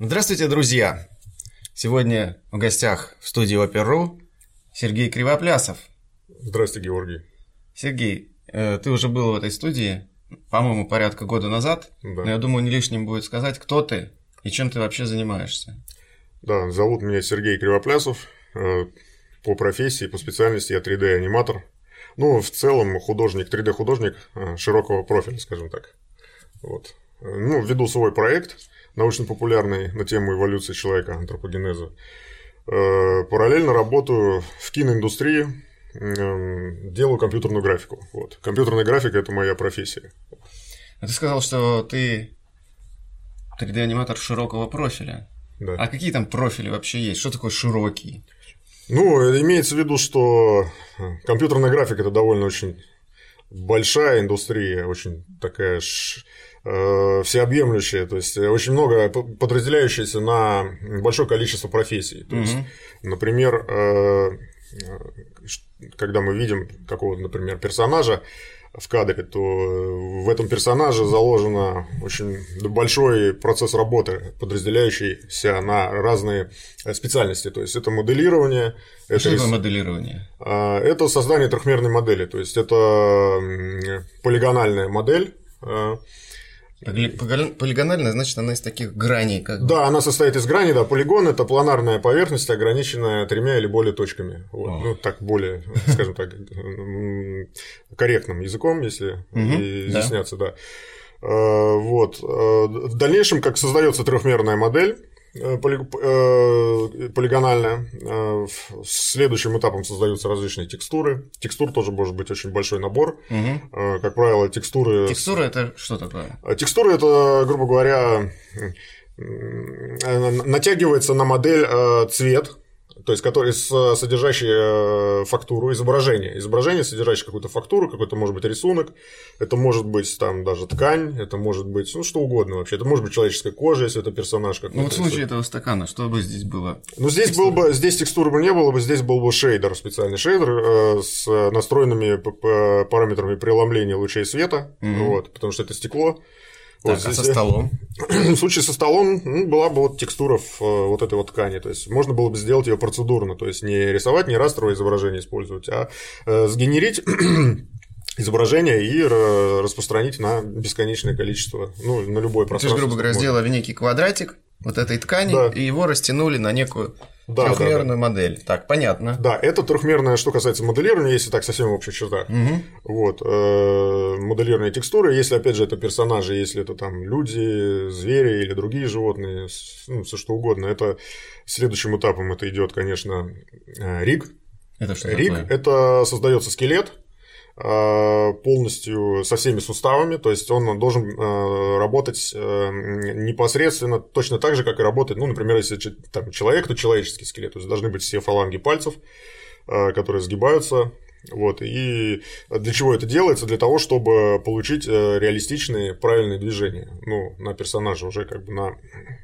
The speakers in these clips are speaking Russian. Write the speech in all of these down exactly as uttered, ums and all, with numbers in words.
Здравствуйте, друзья! Сегодня в гостях в студии Опер.ру Сергей Кривоплясов. Здравствуйте, Георгий. Сергей, ты уже был в этой студии, по-моему, порядка года назад, да. Но я думаю, не лишним будет сказать, кто ты и чем ты вообще занимаешься. Да, зовут меня Сергей Кривоплясов. По профессии, по специальности я три дэ-аниматор. Ну, в целом художник, три дэ-художник широкого профиля, скажем так. Вот. Ну, веду свой проект научно-популярный на тему эволюции человека, антропогенеза. Параллельно работаю в киноиндустрии, делаю компьютерную графику. Вот. Компьютерная графика – это моя профессия. А ты сказал, что ты три дэ-аниматор широкого профиля. Да. А какие там профили вообще есть? Что такое широкий? Ну, имеется в виду, что компьютерная графика – это довольно очень большая индустрия, очень такая э, всеобъемлющая, то есть очень много подразделяющаяся на большое количество профессий. То есть, mm-hmm. например, э, когда мы видим какого-то, например, персонажа в кадре, то в этом персонаже заложен очень большой процесс работы, подразделяющийся на разные специальности. То есть это моделирование. Это что такое моделирование? Это создание трехмерной модели. То есть это полигональная модель. Полигональная, значит, она из таких граней, как бы. Да, она состоит из граней, да. Полигон – это планарная поверхность, ограниченная тремя или более точками. Вот. Ну, так более, скажем так, корректным языком, если изъясняться, да. Вот. В дальнейшем, как создается трехмерная модель полигональная, следующим этапом создаются различные текстуры. Текстур тоже может быть очень большой набор. Угу. Как правило, текстуры. Текстура это что такое? Текстура это, грубо говоря, натягивается на модель цвет, то есть который содержащий фактуру изображения. Изображение, содержащее какую-то фактуру, какой-то, может быть, рисунок. Это может быть там даже ткань, это может быть ну, что угодно вообще. Это может быть человеческая кожа, если это персонаж какой-то. Ну вот в случае этого стакана, что бы здесь было? Ну здесь текстура? был бы, здесь текстуры бы не было бы, здесь был бы шейдер, специальный шейдер э, с настроенными параметрами преломления лучей света, mm-hmm. вот, потому что это стекло. Так, вот, а здесь, со столом? В случае со столом ну, была бы вот текстура в вот этой вот ткани. То есть можно было бы сделать ее процедурно, то есть не рисовать, не растровое изображение использовать, а э, сгенерить изображение и распространить на бесконечное количество, ну, на любое пространство. То есть, грубо говоря, сделали некий квадратик вот этой ткани, да. и его растянули на некую да, трехмерную да, да. модель. Так, понятно. Да, это трехмерное, что касается моделирования, если так совсем в общих чертах. Угу. Вот, э, моделирование текстуры, если, опять же, это персонажи, если это там люди, звери или другие животные, ну, все что угодно, это следующим этапом это идет, конечно, риг. Это что риг такое? Это создается скелет, полностью со всеми суставами, то есть он должен работать непосредственно точно так же, как и работает, ну, например, если там, человек, то человеческий скелет, то есть должны быть все фаланги пальцев, которые сгибаются. Вот, и для чего это делается? Для того, чтобы получить реалистичные, правильные движения, ну, на персонажа уже как бы на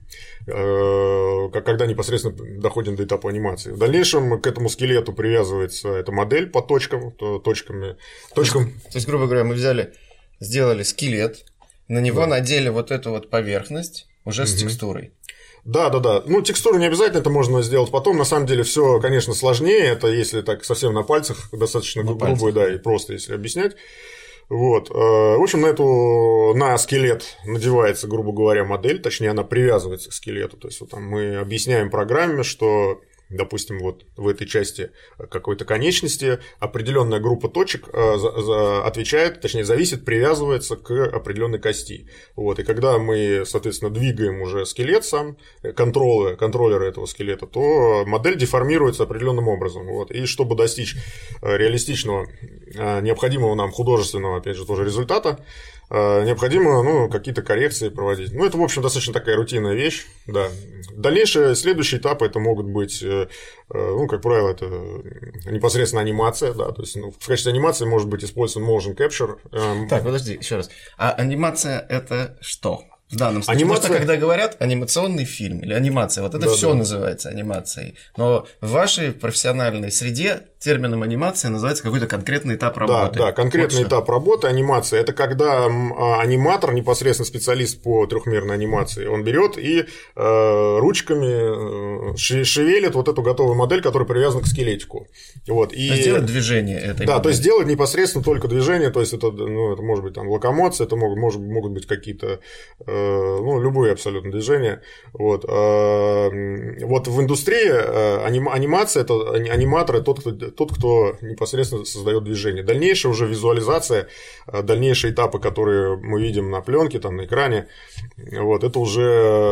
когда непосредственно доходим до этапа анимации. В дальнейшем к этому скелету привязывается эта модель по точкам, точками, точкам. То есть, грубо говоря, мы взяли, сделали скелет, на него да. надели вот эту вот поверхность уже с угу. текстурой. Да, да, да. Ну, текстуру не обязательно, это можно сделать потом. На самом деле, все, конечно, сложнее. Это если так совсем на пальцах, достаточно на грубо, пальцах. Да, и просто если объяснять. Вот. В общем, на эту на скелет надевается, грубо говоря, модель, точнее, она привязывается к скелету. То есть, вот там мы объясняем программе, что, допустим, вот в этой части какой-то конечности определенная группа точек отвечает, точнее, зависит, привязывается к определенной кости. Вот. И когда мы, соответственно, двигаем уже скелет сам, контроллеры, контроллеры этого скелета, то модель деформируется определенным образом. Вот. И чтобы достичь реалистичного, необходимого нам художественного, опять же, тоже результата, необходимо ну, какие-то коррекции проводить. Ну, это, в общем, достаточно такая рутинная вещь. Да. Дальнейшие, следующие этапы это могут быть, ну, как правило, это непосредственно анимация. Да, то есть, ну, в качестве анимации может быть использован motion capture. Так, подожди, еще раз. А анимация это что? В данном случае, анимация... потому что когда говорят анимационный фильм или анимация, вот это да, все да. называется анимацией. Но в вашей профессиональной среде термином анимация называется какой-то конкретный этап работы. Да, да, конкретный вот этап работы, анимация. Это когда аниматор, непосредственно специалист по трехмерной анимации, он берет и э, ручками шевелит вот эту готовую модель, которая привязана к скелетику. Вот, и... То есть делать движение этой Да, модели. То есть делать непосредственно только движение, то есть это, ну, это может быть там локомоция, это могут, может, могут быть какие-то, э, ну, любые абсолютно движения. Вот, э, вот в индустрии э, анимация, это аниматор, тот, кто тот, кто непосредственно создает движение. Дальнейшая уже визуализация, дальнейшие этапы, которые мы видим на пленке, там, на экране, вот, это уже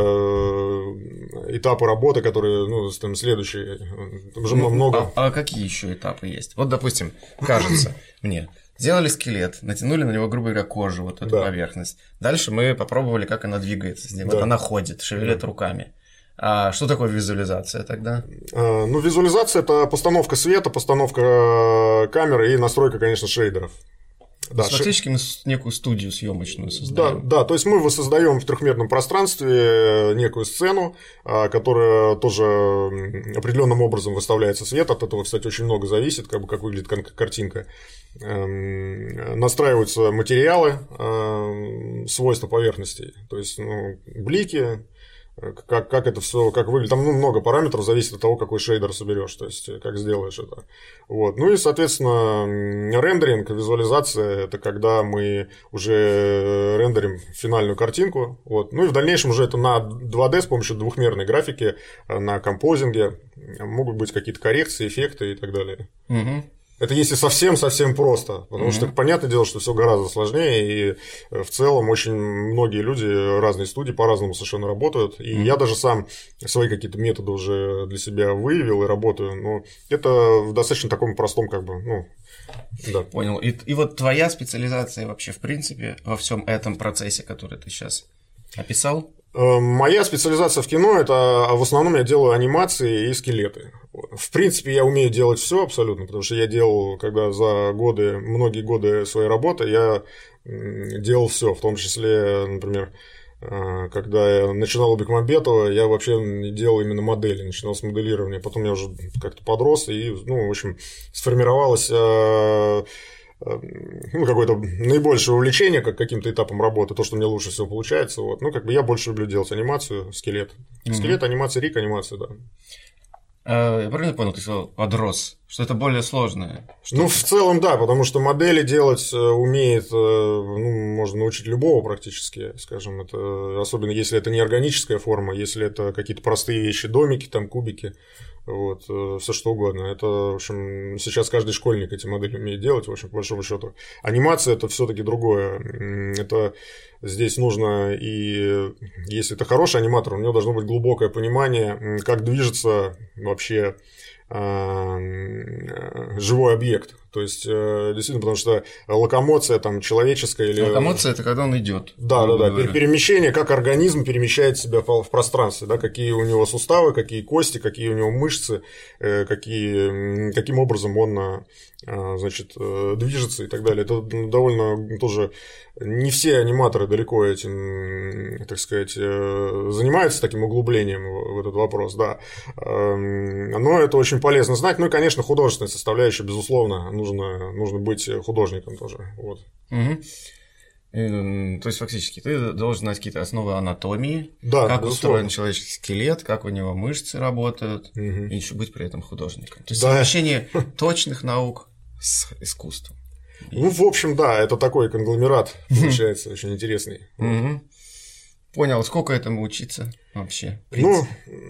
этапы работы, которые, ну, там, следующие, уже много. А, а какие еще этапы есть? Вот, допустим, кажется мне, сделали скелет, натянули на него, грубо говоря, кожу, вот эту да. поверхность. Дальше мы попробовали, как она двигается. Да. Вот она ходит, шевелит да. руками. А что такое визуализация тогда? Ну, визуализация – это постановка света, постановка камеры и настройка, конечно, шейдеров. Да, фактически ш... мы некую студию съемочную создаем. Да, да, то есть мы воссоздаем в трехмерном пространстве некую сцену, которая тоже определенным образом выставляется свет. От этого, кстати, очень много зависит, как бы как выглядит картинка. Настраиваются материалы, свойства поверхностей, то есть ну, блики. Как, как это все, как выглядит, там ну, много параметров, зависит от того, какой шейдер соберешь, то есть как сделаешь это. Вот. Ну и, соответственно, рендеринг, визуализация – это когда мы уже рендерим финальную картинку. Вот. Ну и в дальнейшем уже это на два дэ с помощью двухмерной графики, на композинге могут быть какие-то коррекции, эффекты и так далее. Угу. Это если совсем-совсем просто, потому mm-hmm. что понятное дело, что все гораздо сложнее, и в целом очень многие люди, разные студии по-разному совершенно работают, и mm-hmm. я даже сам свои какие-то методы уже для себя выявил и работаю, но это в достаточно таком простом как бы, ну, да. Понял. И, и вот твоя специализация вообще в принципе во всем этом процессе, который ты сейчас описал? Моя специализация в кино – это в основном я делаю анимации и скелеты. В принципе, я умею делать все абсолютно, потому что я делал, когда за годы, многие годы своей работы, я делал все, в том числе, например, когда я начинал у Бекмамбетова, я вообще делал именно модели, начинал с моделирования, потом я уже как-то подрос, и, ну, в общем, сформировалось ну, какое-то наибольшее увлечение как каким-то этапом работы, то, что мне лучше всего получается. Вот. Ну, как бы я больше люблю делать анимацию, скелет. Mm-hmm. Скелет, анимация, рик, анимация, да. А, я правильно понял, ты сказал подрос, что это более сложное? Ну, в целом, да, потому что модели делать умеет, ну, можно научить любого практически, скажем, это, особенно если это не органическая форма, если это какие-то простые вещи, домики, там, кубики. Вот, все что угодно. Это, в общем, сейчас каждый школьник эти модели умеет делать, в общем, по большому счету. Анимация это все-таки другое. Это здесь нужно, и если это хороший аниматор, у него должно быть глубокое понимание, как движется вообще живой объект. То есть, действительно, потому что локомоция там человеческая или. Локомоция это когда он идет. Да, да, да. Перемещение, как организм перемещает себя в пространстве, да, какие у него суставы, какие кости, какие у него мышцы, какие, каким образом он, значит, движется и так далее. Это довольно тоже не все аниматоры далеко этим, так сказать, занимаются таким углублением в этот вопрос, да. Но это очень полезно знать. Ну и, конечно, художественная составляющая, безусловно, нужно, нужно быть художником тоже. Вот. Угу. То есть, фактически, ты должен знать какие-то основы анатомии, да, как безусловно. устроен человеческий скелет, как у него мышцы работают, угу. и еще быть при этом художником. То есть, да. совмещение точных наук с искусством. Ну, в общем, да, это такой конгломерат получается, очень интересный. Угу. Понял, сколько этому учиться вообще? Ну,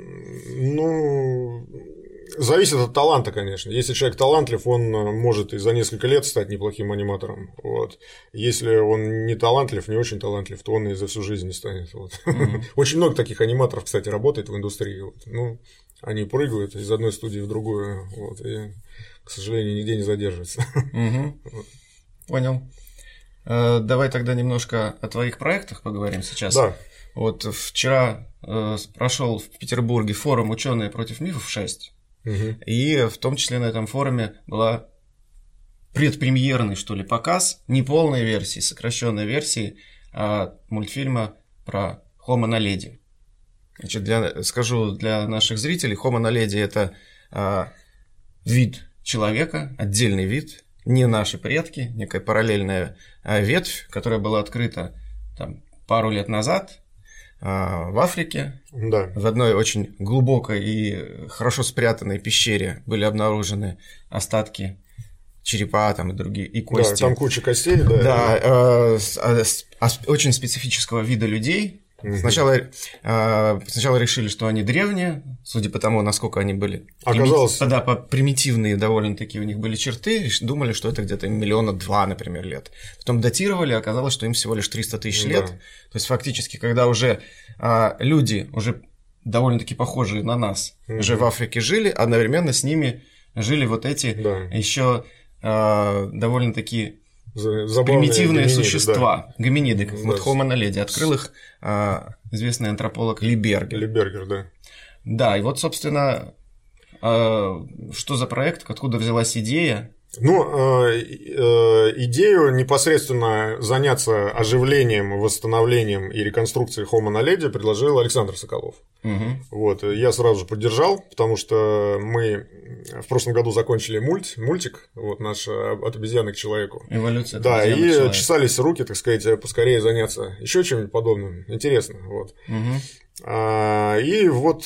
ну, зависит от таланта, конечно. Если человек талантлив, он может и за несколько лет стать неплохим аниматором. Вот. Если он не талантлив, не очень талантлив, то он и за всю жизнь не станет. Вот. Mm-hmm. Очень много таких аниматоров, кстати, работает в индустрии. Вот. Ну, они прыгают из одной студии в другую, вот, и, к сожалению, нигде не задерживаются. Mm-hmm. Вот. Понял. Давай тогда немножко о твоих проектах поговорим сейчас. Да. Вот вчера э, прошел в Петербурге форум «Ученые против мифов шесть», угу. и в том числе на этом форуме была предпремьерный, что ли, показ неполной версии, сокращенной версии э, мультфильма про Homo naledi. Значит, для, скажу для наших зрителей, Homo naledi – это э, вид человека, отдельный вид, не наши предки, некая параллельная ветвь, которая была открыта там, пару лет назад в Африке. Да. В одной очень глубокой и хорошо спрятанной пещере были обнаружены остатки черепа там, и другие, и кости. Да, там куча костей, да. Да, э, э, э, очень специфического вида людей. Угу. Сначала, э, сначала решили, что они древние, судя по тому, насколько они были Оказалось... примити... да, примитивные довольно-таки у них были черты, думали, что это где-то миллиона два, например, лет. Потом датировали, оказалось, что им всего лишь триста тысяч лет. Да. То есть фактически, когда уже э, люди, уже довольно-таки похожие на нас, угу. уже в Африке жили, одновременно с ними жили вот эти да. еще э, довольно-таки... Забавные примитивные гоминиды, существа, да. гоминиды, как вот Homo naledi, открыл их а, известный антрополог Ли Бергер. Ли Бергер, да. Да, и вот, собственно, а, что за проект, откуда взялась идея? Ну, э, э, идею непосредственно заняться оживлением, восстановлением и реконструкцией Homo naledi предложил Александр Соколов. Угу. Вот, я сразу же поддержал, потому что мы в прошлом году закончили мульт, мультик, вот наш «От обезьяны к человеку». Эволюция. Да, и человека. Чесались руки, так сказать, поскорее заняться еще чем-нибудь подобным. Интересно, вот. Угу. А, и вот...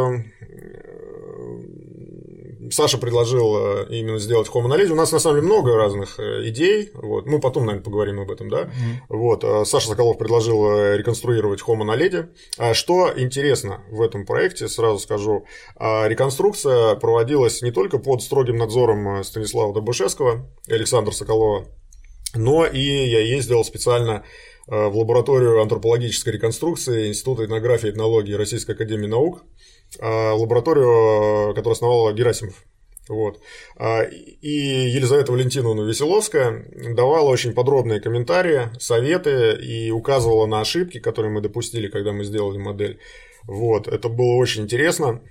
Саша предложил именно сделать Homo naledi. У нас, на самом деле, много разных идей. Вот. Мы потом, наверное, поговорим об этом, да? Mm-hmm. Вот. Саша Соколов предложил реконструировать Homo naledi. Что интересно в этом проекте, сразу скажу, реконструкция проводилась не только под строгим надзором Станислава Добышевского и Александра Соколова, но и я ездил специально в лабораторию антропологической реконструкции Института этнографии и этнологии Российской академии наук, в лабораторию, которую основал Герасимов. Вот. И Елизавета Валентиновна Веселовская давала очень подробные комментарии, советы и указывала на ошибки, которые мы допустили, когда мы сделали модель. Вот. Это было очень интересно.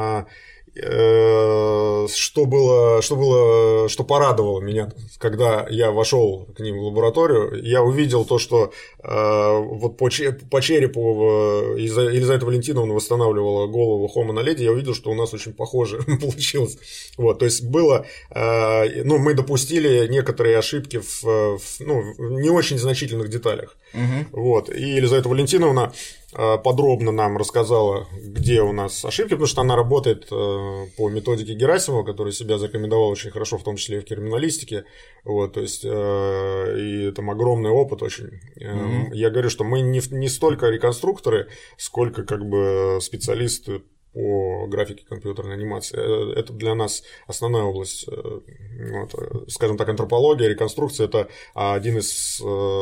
Что было, что было, что порадовало меня, когда я вошел к ним в лабораторию, я увидел то, что э, вот по, по черепу Елизавета Валентиновна восстанавливала голову Homo naledi, я увидел, что у нас очень похоже получилось. Вот, то есть было, э, ну, мы допустили некоторые ошибки в, в ну, не очень значительных деталях. Угу. Вот, и Елизавета Валентиновна подробно нам рассказала, где у нас ошибки, потому что она работает по методике Герасимова, который себя зарекомендовал очень хорошо, в том числе и в криминалистике. Вот, то есть, и там огромный опыт очень. Mm-hmm. Я говорю, что мы не, не столько реконструкторы, сколько как бы специалисты по графике компьютерной анимации. Это для нас основная область, вот, скажем так, антропология, реконструкция – это один из,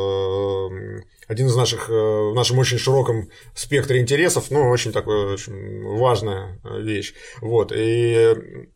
один из наших, в нашем очень широком спектре интересов, но очень такая очень важная вещь. Вот, и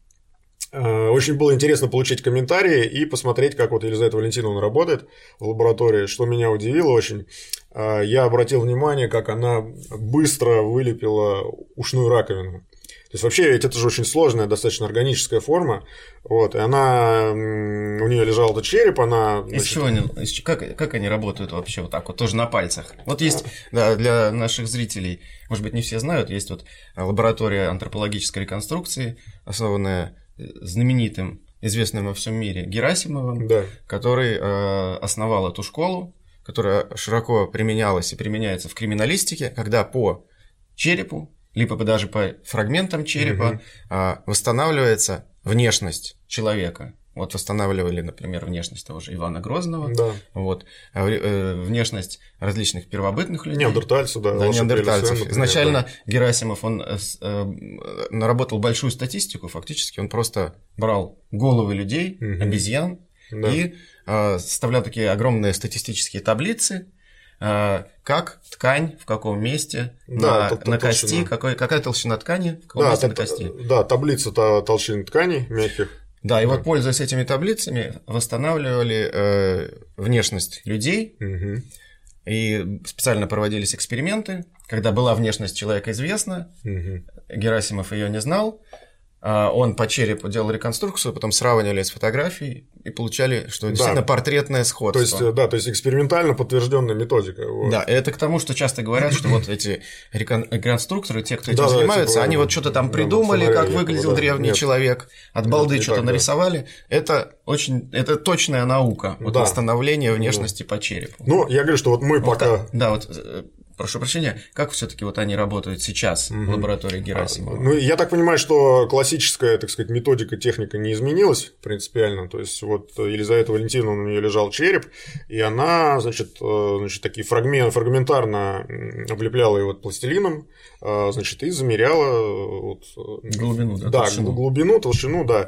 очень было интересно получить комментарии и посмотреть, как вот Елизавета Валентиновна работает в лаборатории, что меня удивило очень. Я обратил внимание, как она быстро вылепила ушную раковину. То есть, вообще, ведь это же очень сложная, достаточно органическая форма. Вот, и она, у нее лежал этот череп, она... Из чего они, как, как они работают вообще вот так вот, тоже на пальцах? Вот есть, да, для наших зрителей, может быть, не все знают, есть вот лаборатория антропологической реконструкции, основанная знаменитым, известным во всем мире Герасимовым, да. который э, основал эту школу, которая широко применялась и применяется в криминалистике, когда по черепу, либо даже по фрагментам черепа угу. э, восстанавливается внешность человека. Вот восстанавливали, например, внешность того же Ивана Грозного, да. вот, э, внешность различных первобытных людей. Неандертальцев, да. да неандертальцев. Например, Изначально да. Герасимов, он э, э, наработал большую статистику, фактически он просто брал головы людей, угу. обезьян, да. и э, составлял такие огромные статистические таблицы, э, как ткань, в каком месте, да, на, на кости, какой, какая толщина ткани, в каком да, месте та, на кости. Да, таблица толщины тканей мягких. Да, и вот, пользуясь этими таблицами, восстанавливали э, внешность людей, угу. и специально проводились эксперименты, когда была внешность человека известна, угу. Герасимов ее не знал, он по черепу делал реконструкцию, потом сравнивали с фотографией и получали, что действительно да. портретное сходство. То есть, да, то есть экспериментально подтвержденная методика. Вот. Да, и это к тому, что часто говорят, что вот эти реконструкторы, те, кто этим да, занимаются, да, типа, они вот что-то там придумали, да, как выглядел да, древний нет, человек, от балды нет, что-то так, нарисовали. Да. Это очень, это точная наука, вот да. восстановление внешности да. по черепу. Ну, я говорю, что вот мы вот пока… Как, да, вот… Прошу прощения, как все-таки вот они работают сейчас угу. в лаборатории Герасимова? Ну, я так понимаю, что классическая, так сказать, методика, техника не изменилась принципиально. То есть, вот Елизавета Валентиновна, у нее лежал череп, и она, значит, значит такие фрагмент, фрагментарно облепляла его пластилином, значит, и замеряла вот, глубину, да, да, толщину. глубину, толщину, да.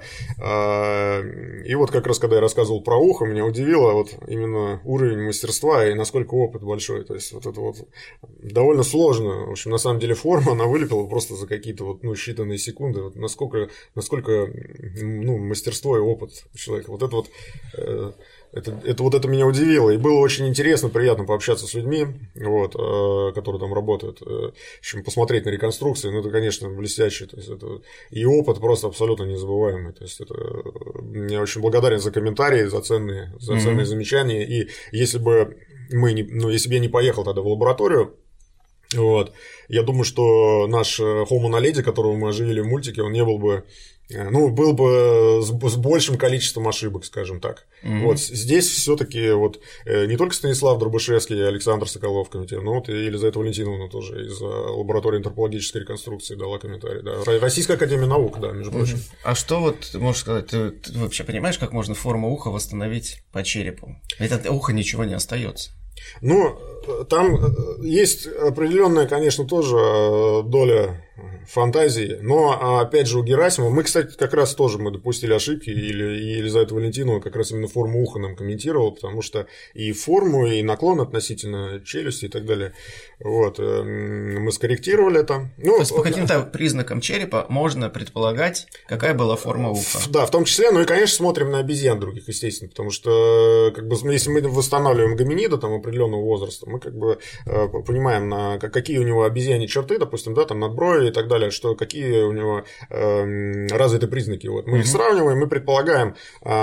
И вот как раз, когда я рассказывал про ухо, меня удивило вот именно уровень мастерства и насколько опыт большой. То есть, вот это вот довольно сложно. В общем, на самом деле форма она вылепила просто за какие-то вот, ну, считанные секунды. Вот насколько, насколько ну, мастерство и опыт человека. Вот это вот э, это, это вот это меня удивило. И было очень интересно, приятно пообщаться с людьми, вот, э, которые там работают. Э, в общем, посмотреть на реконструкции. Ну, это, конечно, блестяще. То есть, это... И опыт просто абсолютно незабываемый. То есть, это... Я очень благодарен за комментарии, за ценные, за ценные mm-hmm. замечания. И если бы мы не, ну, если бы я не поехал тогда в лабораторию, вот, я думаю, что наш Homo naledi, которого мы оживили в мультике, он не был бы, ну, был бы с, с большим количеством ошибок, скажем так. Mm-hmm. Вот здесь все-таки вот не только Станислав Дробышевский и Александр Соколов комментировали, но вот и Елизавета Валентиновна тоже из лаборатории антропологической реконструкции дала комментарий. Да. Российская академия наук, да, между прочим. Mm-hmm. А что вот ты можешь сказать, ты, ты вообще понимаешь, как можно форму уха восстановить по черепу? Ведь от уха ничего не остается. Ну, там есть определенная, конечно, тоже доля фантазии, но, опять же, у Герасимова, мы, кстати, как раз тоже мы допустили ошибки, или и Елизавета Валентинова как раз именно форму уха нам комментировала, потому что и форму, и наклон относительно челюсти и так далее, вот, мы скорректировали это. Ну, то есть, по каким-то признакам черепа можно предполагать, какая была форма уха. Да, в том числе, ну и, конечно, смотрим на обезьян других, естественно, потому что, как бы, если мы восстанавливаем гоминида там определенного возраста, мы как бы понимаем, на какие у него обезьяньи черты, допустим, да, там надброви и так далее, что какие у него э, развиты признаки. Вот. Мы mm-hmm. их сравниваем, мы предполагаем,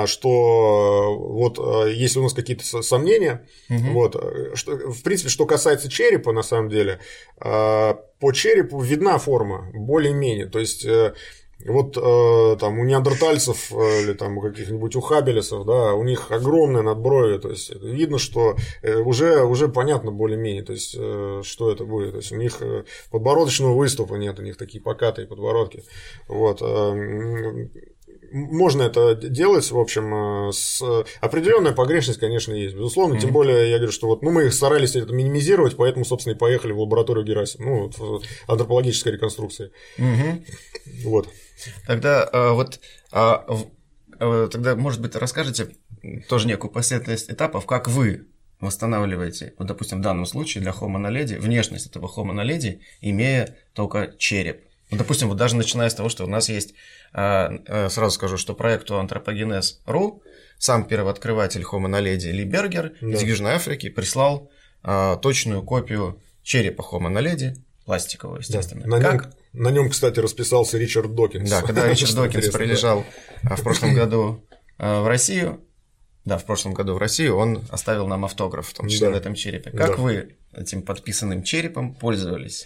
что вот если у нас какие-то сомнения, mm-hmm. вот, что, в принципе, что касается черепа, на самом деле, по черепу видна форма более-менее, то есть вот э, там у неандертальцев э, или там у каких-нибудь у хабелесов, да, у них огромное надбровье, то есть видно, что э, уже, уже понятно более-менее, то есть э, что это будет, то есть у них э, подбородочного выступа нет, у них такие покатые подбородки, вот. Э, можно это делать, в общем, с определенная погрешность, конечно, есть, безусловно, mm-hmm. тем более, я говорю, что вот, ну, мы их старались это минимизировать, поэтому, собственно, и поехали в лабораторию Герасимова, ну, вот, антропологической реконструкции, mm-hmm. вот. Тогда вот тогда, может быть, расскажете тоже некую последовательность этапов, как вы восстанавливаете, вот, допустим, в данном случае для Homo naledi, внешность этого Homo naledi, имея только череп. Ну, допустим, вот даже начиная с того, что у нас есть, сразу скажу, что проекту антропогенез точка ру сам первооткрыватель Homo naledi Ли Бергер да. из Южной Африки прислал точную копию черепа Homo naledi, пластикового, естественно. Да. На, как... нем, на нем, кстати, расписался Ричард Докинс. Да, когда Ричард Докинс прилежал в прошлом году в Россию, да, в прошлом году в Россию, он оставил нам автограф, в том числе да. на этом черепе. Как да. вы этим подписанным черепом пользовались?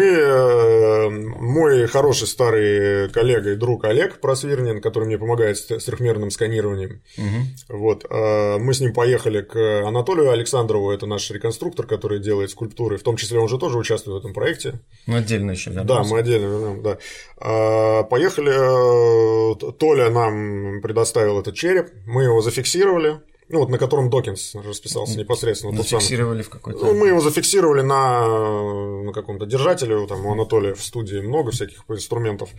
Мы, мой хороший старый коллега и друг Олег Просвирнин, который мне помогает с трехмерным сканированием, угу. вот, мы с ним поехали к Анатолию Александрову, это наш реконструктор, который делает скульптуры, в том числе он же тоже участвует в этом проекте. Мы отдельно еще вернемся. Да, мы отдельно вернем, да. Поехали, Толя нам предоставил этот череп, мы его зафиксировали. Ну, вот на котором Докинс расписался непосредственно. Зафиксировали в какой-то… Ну, мы его зафиксировали на, на каком-то держателе, там у Анатолия в студии много всяких инструментов.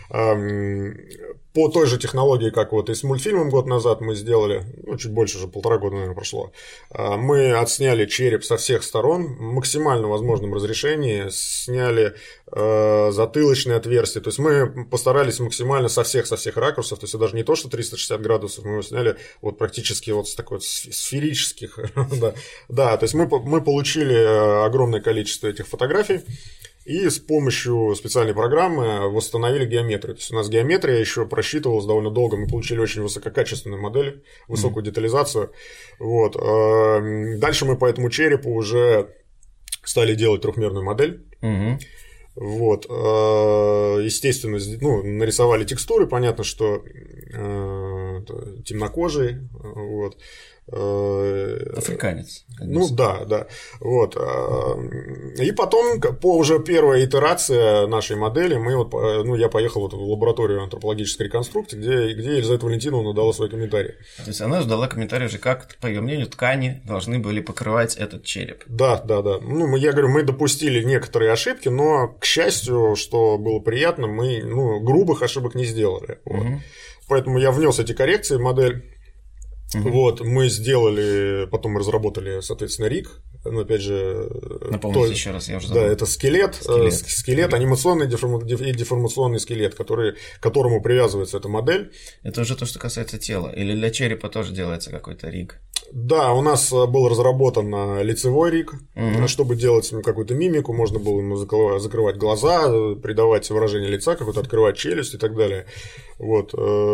По той же технологии, как вот и с мультфильмом год назад мы сделали, ну, чуть больше уже, полтора года, наверное, прошло, мы отсняли череп со всех сторон в максимально возможном разрешении, сняли э, затылочные отверстия, то есть мы постарались максимально со всех, со всех ракурсов, то есть даже не то, что триста шестьдесят градусов, мы его сняли вот практически вот с такой сферических, да, да, то есть мы, мы получили огромное количество этих фотографий. и с помощью специальной программы восстановили геометрию. То есть у нас геометрия еще просчитывалась довольно долго, мы получили очень высококачественную модель, высокую mm-hmm. детализацию. Вот. Дальше мы по этому черепу уже стали делать трехмерную модель. Mm-hmm. Вот, естественно, ну, нарисовали текстуры, понятно, что э, темнокожий, вот. Африканец. Конечно. Ну да, да. Вот. И потом, по уже первой итерации нашей модели, мы вот, ну, я поехал вот в лабораторию антропологической реконструкции, где, где Елизавета Валентиновна дала свой комментарий. То есть она дала комментарий же, как, по ее мнению, ткани должны были покрывать этот череп. Да, да, да. Ну, я говорю, мы допустили некоторые ошибки, но, к счастью, что было приятно, мы, ну, грубых ошибок не сделали. Вот. Угу. Поэтому я внес эти коррекции в модель. Угу. Вот, мы сделали, потом мы разработали, соответственно, риг. Ну, опять же, напомните еще раз, я уже забыл. Да, это скелет, скелет, скелет, скелет анимационный и деформационный скелет, который, к которому привязывается эта модель. Это уже то, что касается тела. Или для черепа тоже делается какой-то риг? Да, у нас был разработан лицевой риг, угу. чтобы делать какую-то мимику, можно было ему закрывать глаза, придавать выражение лица, какое-то открывать челюсть и так далее. Вот.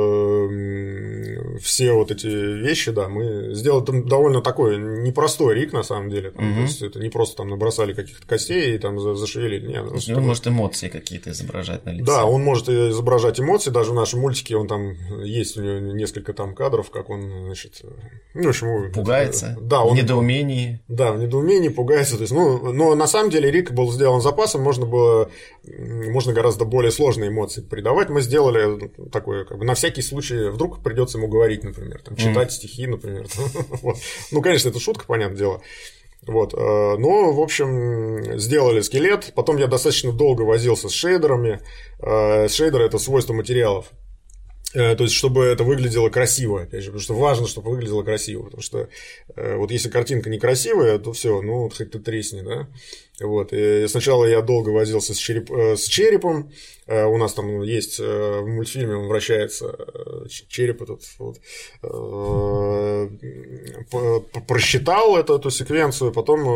Все вот эти вещи, да, мы сделали там довольно такой непростой риг, на самом деле. Там, угу. То есть это не просто там набросали каких-то костей и там зашевелили. Нет, он такой... может эмоции какие-то изображать на лице. Да, он может изображать эмоции, даже в нашем мультике он там есть у него несколько там кадров, как он, значит, ну, в общем, пугается, да, он, в недоумении. Да, в недоумении, пугается. То есть, ну, но на самом деле риг был сделан запасом, можно было, можно гораздо более сложные эмоции придавать. Мы сделали такое, как бы на всякий случай, вдруг придется ему говорить, например, там, читать mm. стихи, например. Вот. Ну, конечно, это шутка, понятное дело. Вот. Но, в общем, сделали скелет. Потом я достаточно долго возился с шейдерами. Шейдеры – это свойства материалов. То есть, чтобы это выглядело красиво, опять же, потому что важно, чтобы выглядело красиво, потому что вот если картинка некрасивая, то все, ну, хоть ты тресни, да. Вот. И сначала я долго возился с, череп... с черепом. У нас там есть в мультфильме, он вращается, череп этот вот. Просчитал эту, эту секвенцию,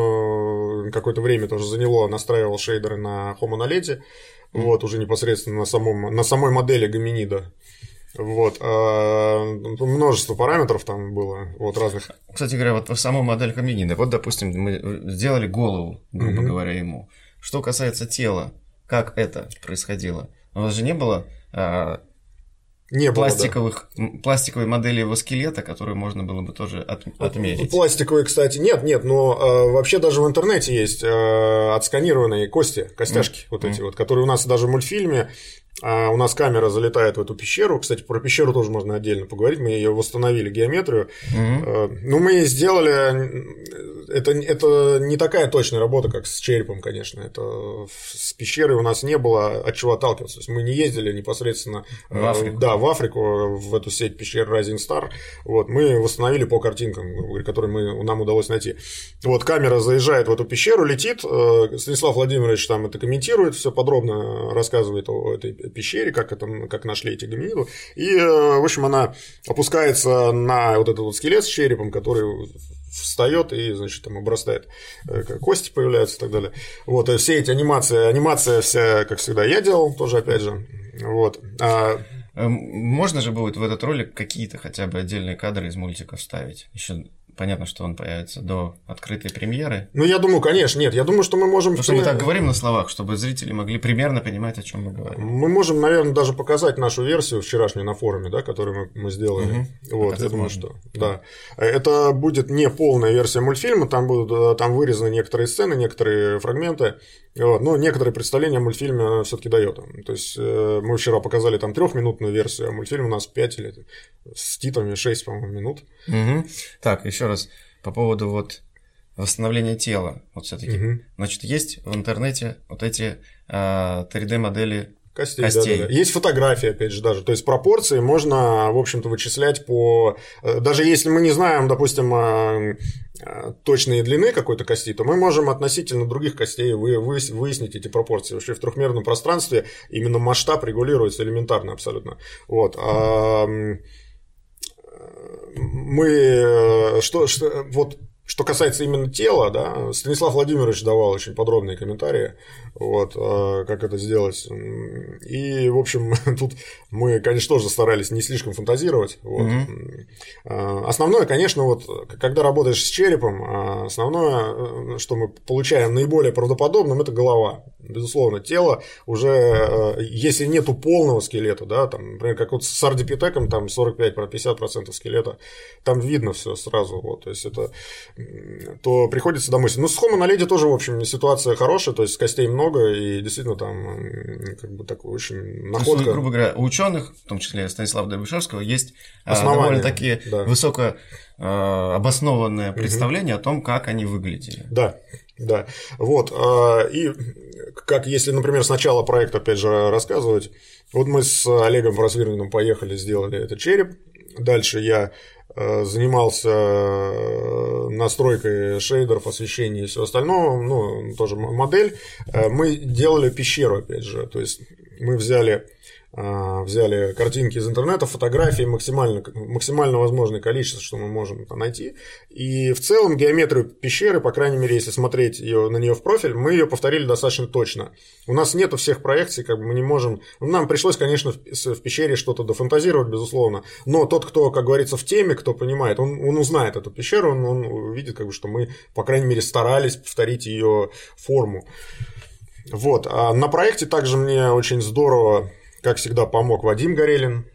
потом какое-то время тоже заняло, настраивал шейдеры на хомонолете, вот, уже непосредственно на, самом, на самой модели гоминида. Вот, а множество параметров там было, вот разных. Кстати говоря, вот в саму модель гоминида, вот, допустим, мы сделали голову, грубо mm-hmm. говоря, ему. Что касается тела, как это происходило? У вас же не было, а, не пластиковых, было, да. пластиковой модели его скелета, которую можно было бы тоже от, отмерить? Пластиковые, кстати, нет, нет, но а, вообще даже в интернете есть а, отсканированные кости, костяшки mm-hmm. вот эти вот, которые у нас даже в мультфильме. А у нас камера залетает в эту пещеру. Кстати, про пещеру тоже можно отдельно поговорить. Мы ее восстановили, геометрию. Mm-hmm. Ну, мы сделали. Это, это не такая точная работа, как с черепом, конечно. Это с пещерой у нас не было от чего отталкиваться. То есть мы не ездили непосредственно в Африку. Да, в Африку, в эту сеть пещер Rising Star. Вот, мы восстановили по картинкам, которые мы, нам удалось найти. Вот, камера заезжает в эту пещеру, летит. Станислав Владимирович там это комментирует, все подробно рассказывает о этой пещере, как, это, как нашли эти гоминидов. И, в общем, она опускается на вот этот вот скелет с черепом, который встает и, значит, там обрастает, кости появляются и так далее. Вот, и все эти анимации, анимация вся, как всегда, я делал тоже, опять же. Вот. А... Можно же будет в этот ролик какие-то хотя бы отдельные кадры из мультика вставить? Еще понятно, что он появится до открытой премьеры. Ну, я думаю, конечно, нет. Я думаю, что мы можем... Потому что мы так говорим на словах, чтобы зрители могли примерно понимать, о чем мы говорим. Мы можем, наверное, даже показать нашу версию вчерашнюю на форуме, да, которую мы, мы сделали. Угу. Вот, я думаю, можно. Что... Да. Это будет не полная версия мультфильма, там будут там вырезаны некоторые сцены, некоторые фрагменты. Вот, но некоторые представления о мультфильме все-таки дает. То есть мы вчера показали там трехминутную версию, а мультфильм у нас пять или с титрами шесть, по-моему, минут. Угу. Так, еще раз по поводу вот восстановления тела. Вот все-таки. Угу. Значит, есть в интернете вот эти а, три дэ-модели костей. костей. Да, да, да. Есть фотографии, опять же, даже. То есть пропорции можно, в общем-то, вычислять по. Даже если мы не знаем, допустим, точные длины какой-то кости, то мы можем относительно других костей выяснить эти пропорции. Вообще в трехмерном пространстве именно масштаб регулируется элементарно абсолютно. Вот. А мы что, что вот Что касается именно тела, да, Станислав Владимирович давал очень подробные комментарии, вот, как это сделать. И, в общем, тут мы, конечно, тоже старались не слишком фантазировать. Вот. Mm-hmm. Основное, конечно, вот, когда работаешь с черепом, основное, что мы получаем наиболее правдоподобным, это голова. Безусловно, тело уже, если нету полного скелета, да, там, например, как вот с ардипитеком, там сорок пять - пятьдесят процентов скелета, там видно все сразу, вот, то есть это, то приходится домыслить. Ну, с Homo naledi тоже, в общем, ситуация хорошая, то есть костей много, и действительно там как бы такой очень находка. То есть, грубо говоря, у ученых, в том числе Станислава Дробышевского, есть довольно-таки да. высоко обоснованное представление угу. о том, как они выглядели. Да. Да, вот, и как если, например, с начала проекта, опять же, рассказывать, вот мы с Олегом Просвирниным поехали, сделали этот череп, дальше я занимался настройкой шейдеров, освещения и всего остального, ну, тоже модель, мы делали пещеру, опять же, то есть мы взяли... Взяли картинки из интернета, фотографии, максимально, максимально возможное количество, что мы можем найти. И в целом геометрию пещеры, по крайней мере, если смотреть ее, на нее в профиль, мы ее повторили достаточно точно. У нас нету всех проекций, как бы мы не можем. Нам пришлось, конечно, в пещере что-то дофантазировать, безусловно. Но тот, кто, как говорится, в теме, кто понимает, он, он узнает эту пещеру, он, он увидит, как бы, что мы, по крайней мере, старались повторить ее форму. Вот. А на проекте также мне очень здорово, как всегда, помог Вадим Горелин.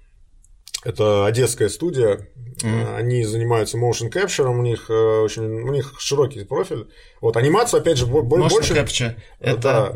Это одесская студия. Mm-hmm. Они занимаются motion capture, у них очень у них широкий профиль. Вот анимацию, опять же, motion больше. Motion capture. Это... Да.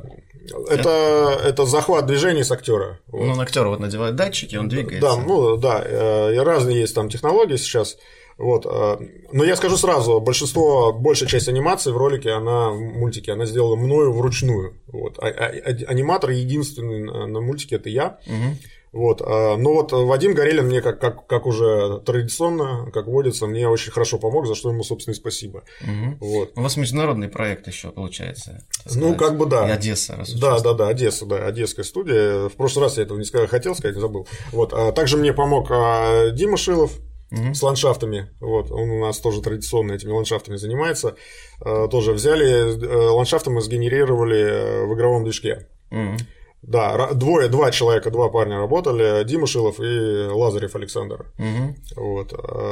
Это, это захват движений с актера. Вот. Ну, на актера вот надевают датчики, он двигается. Да, ну да, и разные есть там технологии сейчас. Вот. Но я скажу сразу, большинство, большая часть анимации в ролике, она в мультике, она сделала мною вручную. Вот. А, а, аниматор единственный на мультике — это я. Угу. Вот. Но вот Вадим Горелин мне, как, как, как уже традиционно, как водится, мне очень хорошо помог, за что ему, собственно, и спасибо. Угу. Вот. У вас международный проект еще получается. Ну, как бы да. И Одесса, раз Да, да, да, Одесса, да, одесская студия. В прошлый раз я этого не сказал, хотел сказать, забыл. Вот. А также мне помог Дима Шилов. Угу. С ландшафтами, вот, он у нас тоже традиционно этими ландшафтами занимается, тоже взяли, ландшафты мы сгенерировали в игровом движке. Угу. Да, двое, два человека, два парня работали, Дима Шилов и Лазарев Александр. Угу. Вот.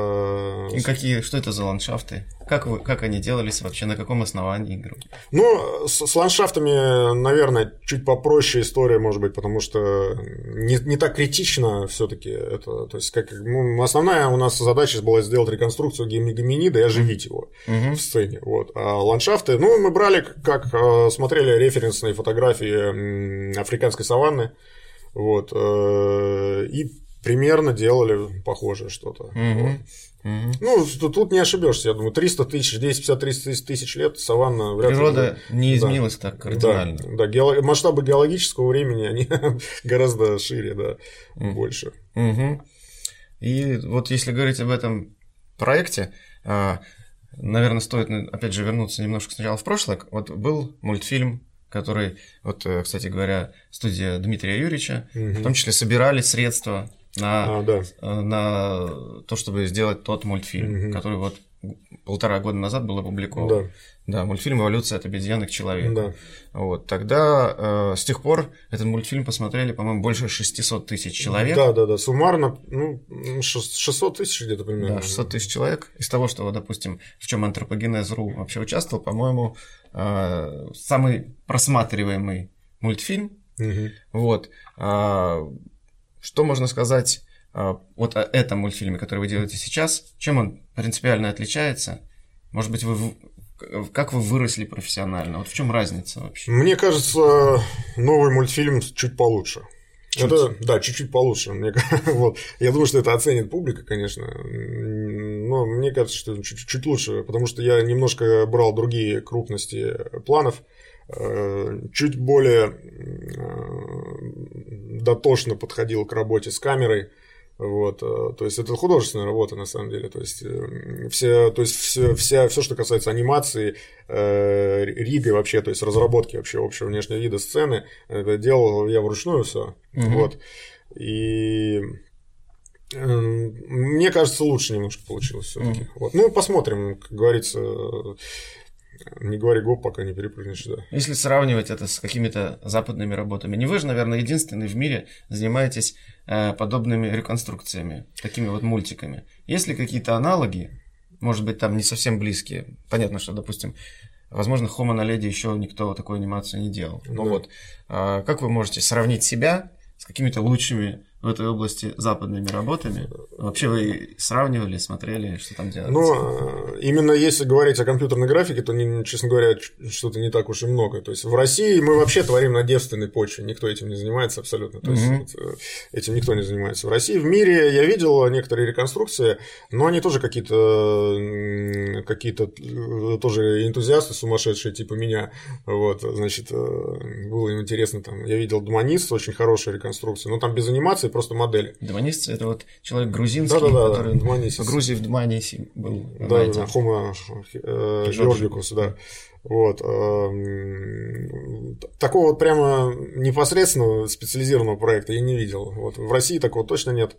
И какие, что это за ландшафты? Как, вы, как они делались вообще, на каком основании игры? Ну, с, с ландшафтами, наверное, чуть попроще история, может быть, потому что не, не так критично все-таки это. То есть, как, ну, основная у нас задача была сделать реконструкцию гоминида и оживить его угу. в сцене. Вот. А ландшафты, ну, мы брали, как смотрели референсные фотографии африканской саванны, вот, и примерно делали похожее что-то. Угу. Вот. Угу. Ну, тут не ошибешься, я думаю, триста тысяч, двести пятьдесят - триста тысяч лет саванна вряд ли. Природа не изменилась да. так кардинально. Да, да. Геолог... масштабы геологического времени, они гораздо шире, да, угу. больше. Угу. И вот если говорить об этом проекте, наверное, стоит, опять же, вернуться немножко сначала в прошлое. Вот был мультфильм, который, вот, кстати говоря, студия Дмитрия Юрьевича, угу. в том числе собирали средства на, а, да. на то, чтобы сделать тот мультфильм, угу. который вот полтора года назад был опубликован. Да, да мультфильм «Эволюция от обезьяны к человеку». Да. Вот, тогда э, с тех пор этот мультфильм посмотрели, по-моему, больше шестьсот тысяч человек. Да, да, да, суммарно, ну, шестьсот тысяч где-то примерно. Да, шестьсот тысяч человек. Из того, что, допустим, в чем антропогенез точка ру вообще участвовал, по-моему, э, самый просматриваемый мультфильм. Угу. Вот. Э, что можно сказать э, вот о этом мультфильме, который вы делаете сейчас? Чем он принципиально отличается? Может быть, вы... Как вы выросли профессионально? Вот в чем разница вообще? Мне кажется, новый мультфильм чуть получше. Чуть. Это, да, чуть-чуть получше. Мне, вот. Я думаю, что это оценит публика, конечно. Но мне кажется, что чуть, чуть лучше, потому что я немножко брал другие крупности планов. Чуть более дотошно подходил к работе с камерой. Вот, то есть это художественная работа на самом деле, то есть все, то есть все, вся, все, что касается анимации, э, рига вообще, то есть разработки вообще общего внешнего вида сцены, это делал я вручную все, угу. вот, и Мне кажется, лучше немножко получилось все-таки. Mm. Вот. Ну, посмотрим, как говорится, не говори гоп, пока не перепрыгнешь, да. Если сравнивать это с какими-то западными работами, не вы же, наверное, единственный в мире занимаетесь э, подобными реконструкциями, такими вот мультиками. Есть ли какие-то аналоги, может быть, там не совсем близкие? Понятно, что, допустим, возможно, Homo на леди еще никто такую анимацию не делал. Но да. вот э, как вы можете сравнить себя с какими-то лучшими в этой области западными работами? Вообще вы сравнивали, смотрели, что там делается? Ну, именно если говорить о компьютерной графике, то, честно говоря, что-то не так уж и много. То есть в России мы вообще творим на девственной почве, никто этим не занимается абсолютно. То есть mm-hmm. этим никто не занимается. В России, в мире я видел некоторые реконструкции, но они тоже какие-то, какие-то тоже энтузиасты сумасшедшие, типа меня. Вот, значит, было им интересно там. Я видел Дманист, очень хорошая реконструкция, но там без анимации, просто модели. Дманист — это вот человек грузинский, да, да, да, который да, в Грузии в Дманисе был. Да, да, Homo Georgicus, да. Вот. Такого вот прямо непосредственного специализированного проекта я не видел. Вот. В России такого точно нет.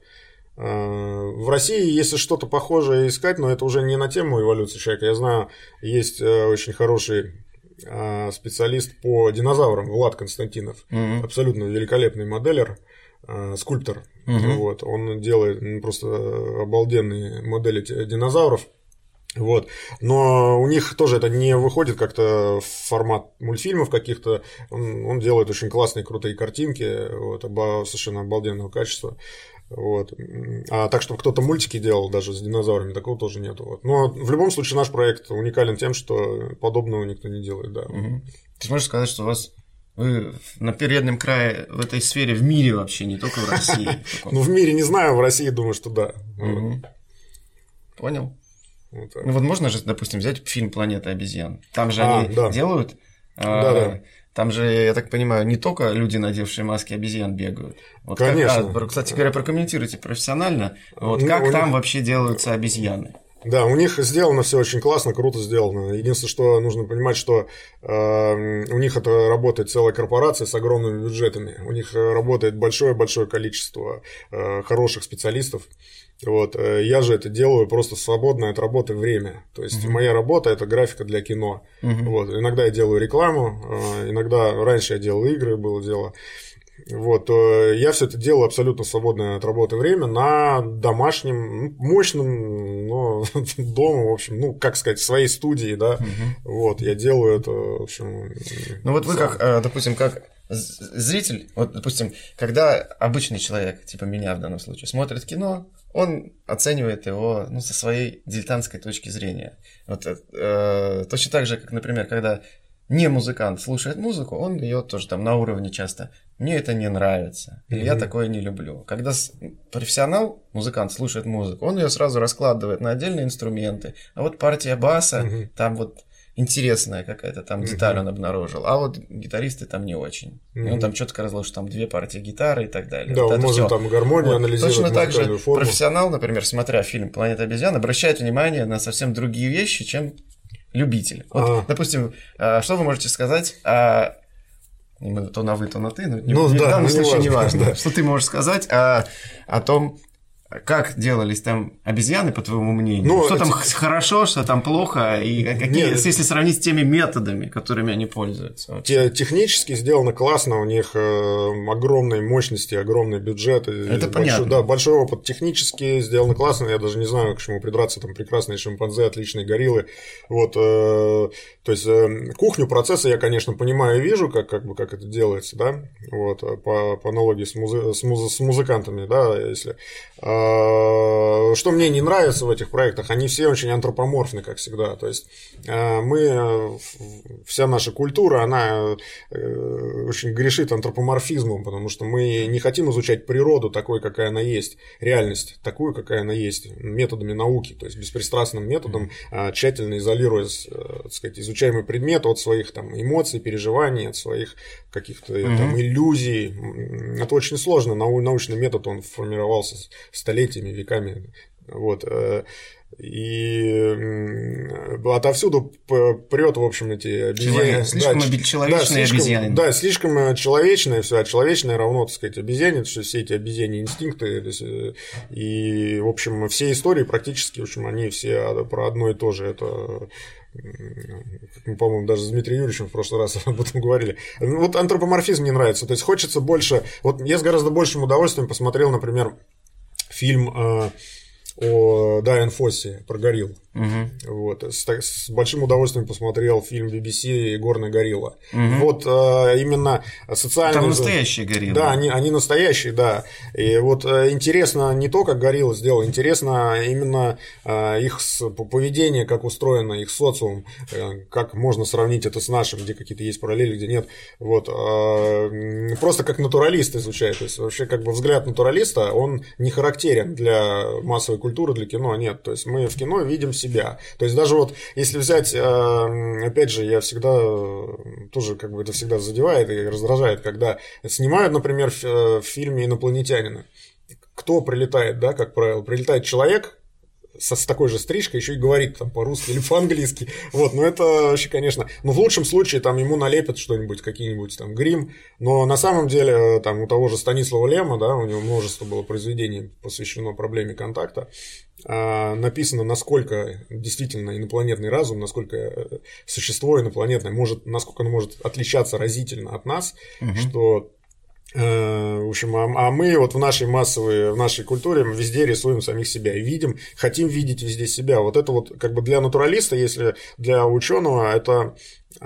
В России, если что-то похожее искать, но это уже не на тему эволюции человека. Я знаю, есть очень хороший специалист по динозаврам, Влад Константинов, mm-hmm. абсолютно великолепный моделер, скульптор. Mm-hmm. Вот, он делает просто обалденные модели динозавров. Вот. Но у них тоже это не выходит как-то в формат мультфильмов каких-то. Он, он делает очень классные, крутые картинки, вот, оба, совершенно обалденного качества. Вот. А так, чтобы кто-то мультики делал даже с динозаврами, такого тоже нету. Вот. Но в любом случае наш проект уникален тем, что подобного никто не делает. Да. Угу. Ты можешь сказать, что у вас вы на переднем крае в этой сфере в мире вообще, не только в России? Ну, в мире не знаю, в России думаю, что да. Понял. Ну вот можно же, допустим, взять фильм «Планета обезьян». Там же они делают... Да, да. Там же, я так понимаю, не только люди, надевшие маски обезьян, бегают. Вот Конечно. Как, а, кстати говоря, прокомментируйте профессионально, вот ну, как там них... вообще делаются обезьяны. Да, у них сделано все очень классно, круто сделано. Единственное, что нужно понимать, что э, у них это работает целая корпорация с огромными бюджетами. У них работает большое-большое количество э, хороших специалистов. Вот. Я же это делаю просто в свободное от работы время. То есть, uh-huh. моя работа – это графика для кино. Uh-huh. Вот. Иногда я делаю рекламу, иногда раньше я делал игры, было дело. Вот. Я все это делаю абсолютно свободное от работы время на домашнем, мощном, но дома, в общем, ну, как сказать, в своей студии, да. Uh-huh. Вот. Я делаю это, в общем… Ну, вот вы как, допустим, как… зритель, вот, допустим, когда обычный человек, типа меня в данном случае, смотрит кино, он оценивает его, ну, со своей дилетантской точки зрения. Вот, э, точно так же, как, например, когда не музыкант слушает музыку, он ее тоже там на уровне часто «мне это не нравится» или «я такое не люблю». Когда профессионал, музыкант, слушает музыку, он ее сразу раскладывает на отдельные инструменты. А вот партия баса, mm-hmm. там вот интересная какая-то там деталь mm-hmm. он обнаружил, а вот гитаристы там не очень. Mm-hmm. И он там четко разложил, что там две партии гитары и так далее. Да, вот он может там гармонию вот. анализировать. Точно так же форму. Профессионал, например, смотря фильм «Планета обезьян», обращает внимание на совсем другие вещи, чем любитель. Вот, а. допустим, что вы можете сказать о... то на вы, то на ты, но ну, в да, данном случае не важно. Да. Что ты можешь сказать о, о том, как делались там обезьяны, по твоему мнению? Ну, что там эти... хорошо, что там плохо, и какие, Нет, если сравнить с теми методами, которыми они пользуются? Те, технически сделано классно, у них э, огромные мощности, огромный бюджет. Это большой, понятно. Да, большой опыт. Технически сделано классно, я даже не знаю, к чему придраться, там прекрасные шимпанзе, отличные гориллы. Вот, э, то есть, э, кухню процесса я, конечно, понимаю и вижу, как, как, бы, как это делается, да, вот, по, по аналогии с, музы, с, муз, с музыкантами, да, если… Что мне не нравится в этих проектах, они все очень антропоморфны, как всегда. То есть мы, вся наша культура, она очень грешит антропоморфизмом, потому что мы не хотим изучать природу такой, какая она есть, реальность такую, какая она есть, методами науки, то есть беспристрастным методом, тщательно изолируя, так сказать, изучаемый предмет от своих там эмоций, переживаний, от своих каких-то mm-hmm. там иллюзий. Это очень сложно, научный метод, он формировался столетиями, веками. Вот. И отовсюду прет, в общем, эти обезьяны. Слишком да, человечные да, слишком, обезьяны. Да, слишком человечное все, а человечное равно, так сказать, обезьяне, что все эти обезьяне инстинкты. И, в общем, все истории практически, в общем, они все про одно и то же. Это, мы, по-моему, даже с Дмитрием Юрьевичем в прошлый раз об этом говорили. Вот антропоморфизм мне нравится. То есть хочется больше. Вот я с гораздо большим удовольствием посмотрел, например, фильм о Дайан Фоссе про горилл. Угу. Вот. С, с большим удовольствием посмотрел фильм би би си «Горная горилла». Угу. Вот а, именно социальные... Там настоящие гориллы. Да, они, они настоящие, да. И вот а, интересно не то, как горилла сделала, интересно именно а, их поведение, как устроено их социум, а, как можно сравнить это с нашим, где какие-то есть параллели, где нет. Вот. А, просто как натуралист изучает. То есть вообще как бы взгляд натуралиста, он не характерен для массовой культуры, для кино, нет. То есть мы в кино видим себя. То есть даже вот если взять, опять же, я всегда тоже как бы это всегда задевает и раздражает, когда снимают, например, в фильме «Инопланетянина». Кто прилетает, да, как правило, прилетает человек со, с такой же стрижкой, еще и говорит там по-русски или по-английски. Вот, но это вообще, конечно, ну, в лучшем случае там ему налепят что-нибудь, какие-нибудь там грим, но на самом деле там у того же Станислава Лема, да, у него множество было произведений посвящено проблеме контакта, а, написано, насколько действительно инопланетный разум, насколько существо инопланетное может, насколько оно может отличаться разительно от нас, угу. что в общем, а мы вот в нашей массовой, в нашей культуре мы везде рисуем самих себя и видим, хотим видеть везде себя. Вот это вот как бы для натуралиста, если для ученого, это,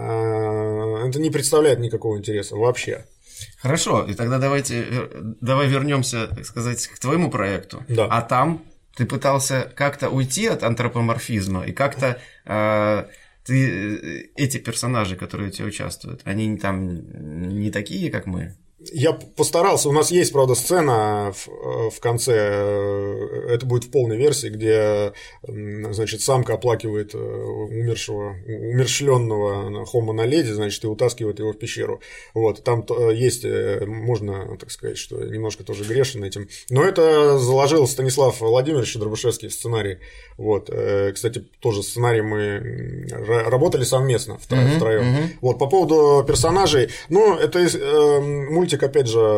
это не представляет никакого интереса вообще. Хорошо, и тогда давайте давай вернемся, так сказать, к твоему проекту. Да. А там ты пытался как-то уйти от антропоморфизма и как-то э, ты, эти персонажи, которые у тебя участвуют, они там не такие, как мы? Я постарался, у нас есть, правда, сцена в, в конце, это будет в полной версии, где, значит, самка оплакивает умершего, умерщвленного Homo naledi, значит, и утаскивает его в пещеру. Вот, там есть, можно, так сказать, что немножко тоже грешен этим, но это заложил Станислав Владимирович Дробышевский в сценарий. Вот, кстати, тоже сценарий мы работали совместно втроем. Uh-huh, uh-huh. Вот, по поводу персонажей, ну, это мультик, опять же,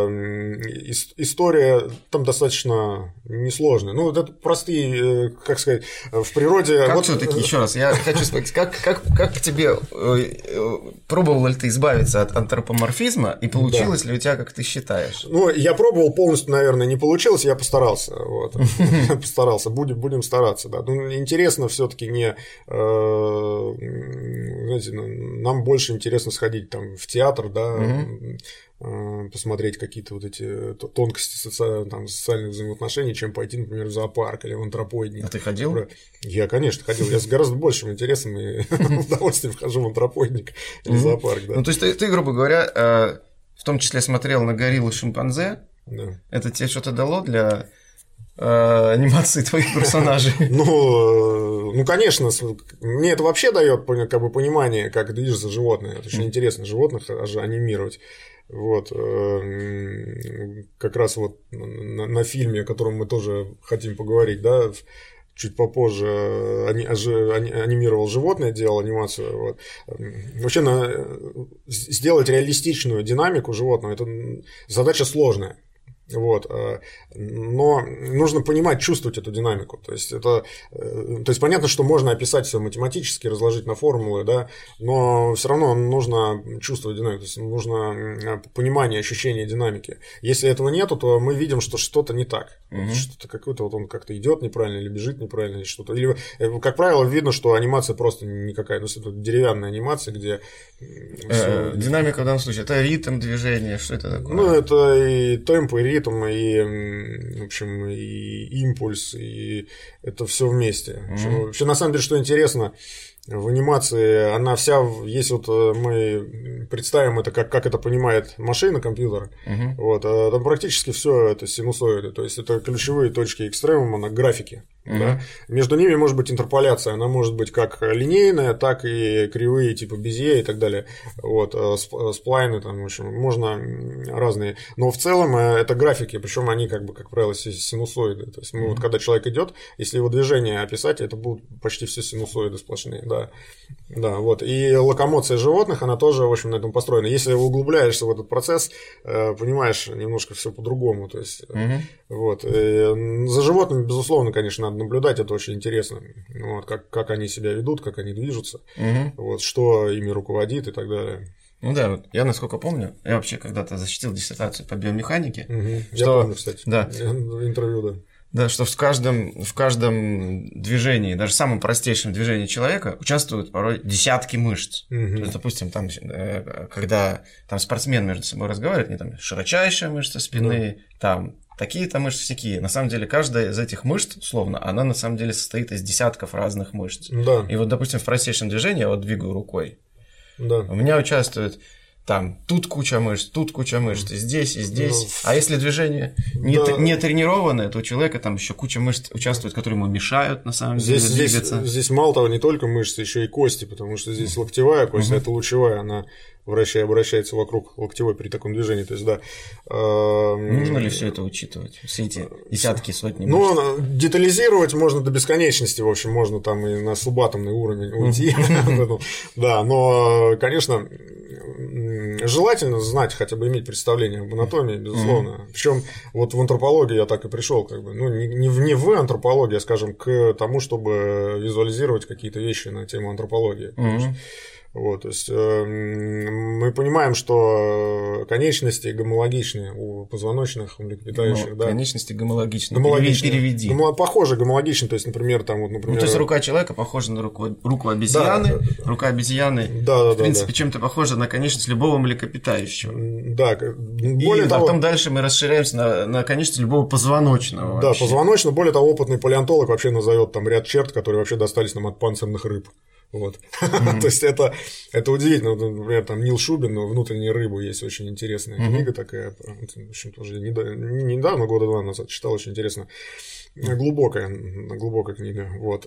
история там достаточно несложная. Ну, это простые, как сказать, в природе. Как вот... все-таки, еще раз, я хочу спросить, как, как, как тебе пробовал ли ты избавиться от антропоморфизма, и получилось да. ли у тебя, как ты считаешь? Ну, я пробовал полностью, наверное, не получилось, я постарался. Вот. Постарался, будем, будем стараться, да. Ну, интересно все-таки не. Знаете, нам больше интересно сходить там в театр, да. Посмотреть какие-то вот эти тонкости соци... там, социальных взаимоотношений, чем пойти, например, в зоопарк или в антропоидник. А ты ходил? Я, конечно, ходил. Я с гораздо большим интересом и удовольствием хожу в антропоидник или в зоопарк. Да. Ну, то есть ты, ты, грубо говоря, в том числе смотрел на горилл и шимпанзе. Да. Это тебе что-то дало для анимации твоих персонажей? Ну, ну, конечно, мне это вообще дает как бы понимание, как движется животное. Это очень интересно животных анимировать. Вот, как раз вот на, на фильме, о котором мы тоже хотим поговорить, да, чуть попозже ани, ани, анимировал животное, делал анимацию. Вот. Вообще на, сделать реалистичную динамику животного – это задача сложная. Вот. Но нужно понимать, чувствовать эту динамику. То есть, это, то есть понятно, что можно описать все математически, разложить на формулы, да, но все равно нужно чувствовать динамику, то есть нужно понимание, ощущение динамики. Если этого нету, то мы видим, что что-то не так. Угу. Что-то какое-то вот он как-то идет неправильно или бежит неправильно, или что-то. Или, как правило, видно, что анимация просто никакая. Ну, это деревянная анимация, где. Э, динамика в данном случае это ритм движения, что это такое? Ну, это и темп, и ритм. И, в общем, и импульс, и это все вместе. Mm-hmm. Вообще, на самом деле, что интересно, В анимации она вся, если вот мы представим это, как, как это понимает машина, компьютер, uh-huh. вот, там практически все это синусоиды, то есть это ключевые точки экстремума на графике. Uh-huh. Да? Между ними может быть интерполяция, она может быть как линейная, так и кривые, типа Безье и так далее. Вот, сплайны, там, в общем, можно разные. Но в целом это графики, причем они, как бы, как правило, синусоиды. То есть, мы, uh-huh. вот, когда человек идет, если его движение описать, это будут почти все синусоиды сплошные. Да. Да, вот. И локомоция животных, она тоже, в общем, на этом построена. Если углубляешься в этот процесс, понимаешь немножко все по-другому. То есть, uh-huh. вот. И за животными, безусловно, конечно, надо наблюдать, это очень интересно. Вот, как, как они себя ведут, как они движутся, uh-huh. вот, что ими руководит и так далее. Ну да, вот я насколько помню, я вообще когда-то защитил диссертацию по биомеханике. Uh-huh. Что... Я помню, кстати, да. интервью, да. Да, что в каждом, в каждом движении, даже в самом простейшем движении человека участвуют порой десятки мышц. Mm-hmm. То есть, допустим, там, когда там спортсмен между собой разговаривает, они там широчайшая мышца спины, mm-hmm. там такие-то мышцы, всякие. На самом деле, каждая из этих мышц, условно, она на самом деле состоит из десятков разных мышц. Mm-hmm. И вот, допустим, в простейшем движении я вот двигаю рукой. Mm-hmm. У меня участвует там тут куча мышц, тут куча мышц, и здесь, и здесь. Ну, а если движение не, да. не тренированное, то у человека там еще куча мышц участвует, которые ему мешают на самом здесь, деле двигаться. Здесь, здесь мало того, не только мышцы, еще и кости, потому что здесь локтевая кость, uh-huh. а это лучевая, она вращая, обращается вокруг локтевой при таком движении. То есть, да. Нужно ли все это учитывать? Все эти десятки, сотни мышц? Ну, детализировать можно до бесконечности, в общем, можно там и на субатомный уровень уйти. Да, но, конечно, желательно знать, хотя бы иметь представление об анатомии, безусловно. Mm-hmm. Причем вот в антропологии я так и пришел, как бы, ну, не, не, в, не в антропологии, а, скажем, к тому, чтобы визуализировать какие-то вещи на тему антропологии. Mm-hmm. Вот, то есть э, мы понимаем, что конечности гомологичны у позвоночных, у млекопитающих. Да. Конечности гомологичны. Гомологичны. Переведи. Гомо... Похоже, гомологичны. То есть, например, там вот, например. Ну, то есть рука человека похожа на руку, руку обезьяны, да, рука обезьяны, да, да, в принципе, да. чем-то похожа на конечность любого млекопитающего. Да. Более И того... потом дальше мы расширяемся на, на конечность любого позвоночного. Да, вообще. позвоночного. Более того, опытный палеонтолог вообще назовет там ряд черт, которые вообще достались нам от панцирных рыб. Вот. Mm-hmm. То есть это, это удивительно. Например, там Нил Шубин, «Внутренняя рыба», есть очень интересная mm-hmm. книга такая. В общем, тоже недавно, года два назад читал, очень интересно. Глубокая, глубокая книга. Вот.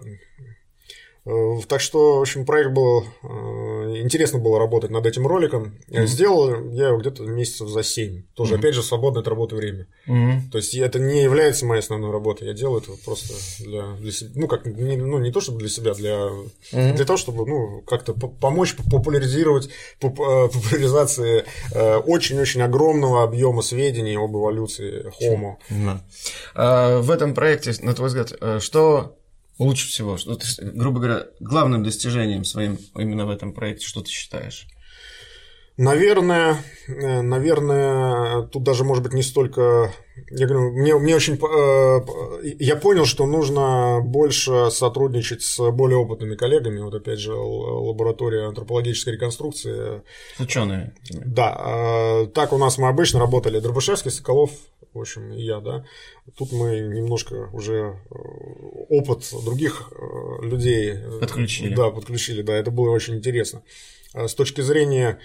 Так что, в общем, проект был... Интересно было работать над этим роликом. Mm-hmm. Сделал я его где-то месяцев за семь. Тоже, mm-hmm. опять же, свободное от работы время. Mm-hmm. То есть это не является моей основной работой. Я делаю это просто для, для себя. Ну, как, не, ну, не то, чтобы для себя, для, mm-hmm. для того, чтобы ну, как-то помочь популяризировать популяризации очень-очень огромного объема сведений об эволюции Homo. Mm-hmm. А в этом проекте, на твой взгляд, что... Лучше всего, что ты, грубо говоря, главным достижением своим именно в этом проекте, что ты считаешь? Наверное, наверное, тут даже, может быть, не столько... Я говорю, мне, мне очень... Я понял, что нужно больше сотрудничать с более опытными коллегами. Вот, опять же, лаборатория антропологической реконструкции. Ученые. Да. Так у нас мы обычно работали. Дробышевский, Соколов, в общем, и я, да. Тут мы немножко уже опыт других людей... Подключили. Да, подключили, да. Это было очень интересно. С точки зрения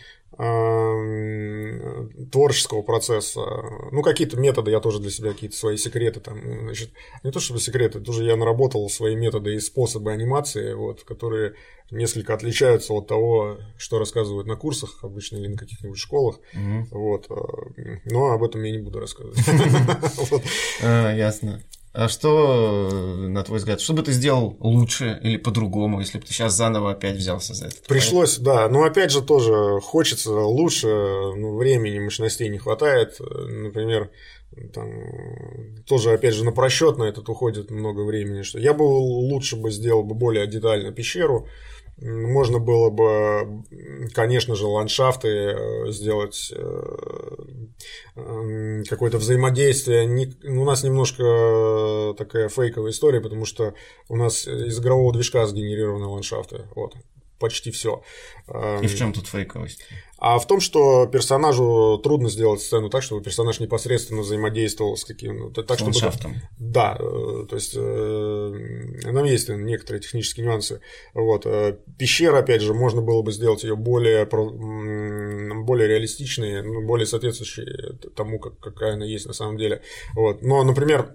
э, творческого процесса, ну, какие-то методы, я тоже для себя какие-то свои секреты там, значит, не то чтобы секреты, тоже я наработал свои методы и способы анимации, вот, которые несколько отличаются от того, что рассказывают на курсах обычно или на каких-нибудь школах, mm-hmm. вот, но об этом я не буду рассказывать. Ясно. А что, на твой взгляд, что бы ты сделал лучше или по-другому, если бы ты сейчас заново опять взялся за это? Пришлось, да. Но опять же тоже хочется лучше, ну, времени, мощностей не хватает. Например, там, тоже, опять же, на просчет на этот уходит много времени. Что я бы лучше бы сделал бы более детально пещеру. Можно было бы, конечно же, ландшафты сделать, какое-то взаимодействие. У нас немножко такая фейковая история, потому что у нас из игрового движка сгенерированы ландшафты. Вот. почти все. И в чем тут фейковость? А в том, что персонажу трудно сделать сцену так, чтобы персонаж непосредственно взаимодействовал с каким-то... Так, с ландшафтом. Чтобы... Да, то есть там есть некоторые технические нюансы. Вот. Пещера, опять же, можно было бы сделать ее более, более реалистичной, более соответствующей тому, какая она есть на самом деле. Вот. Но, например,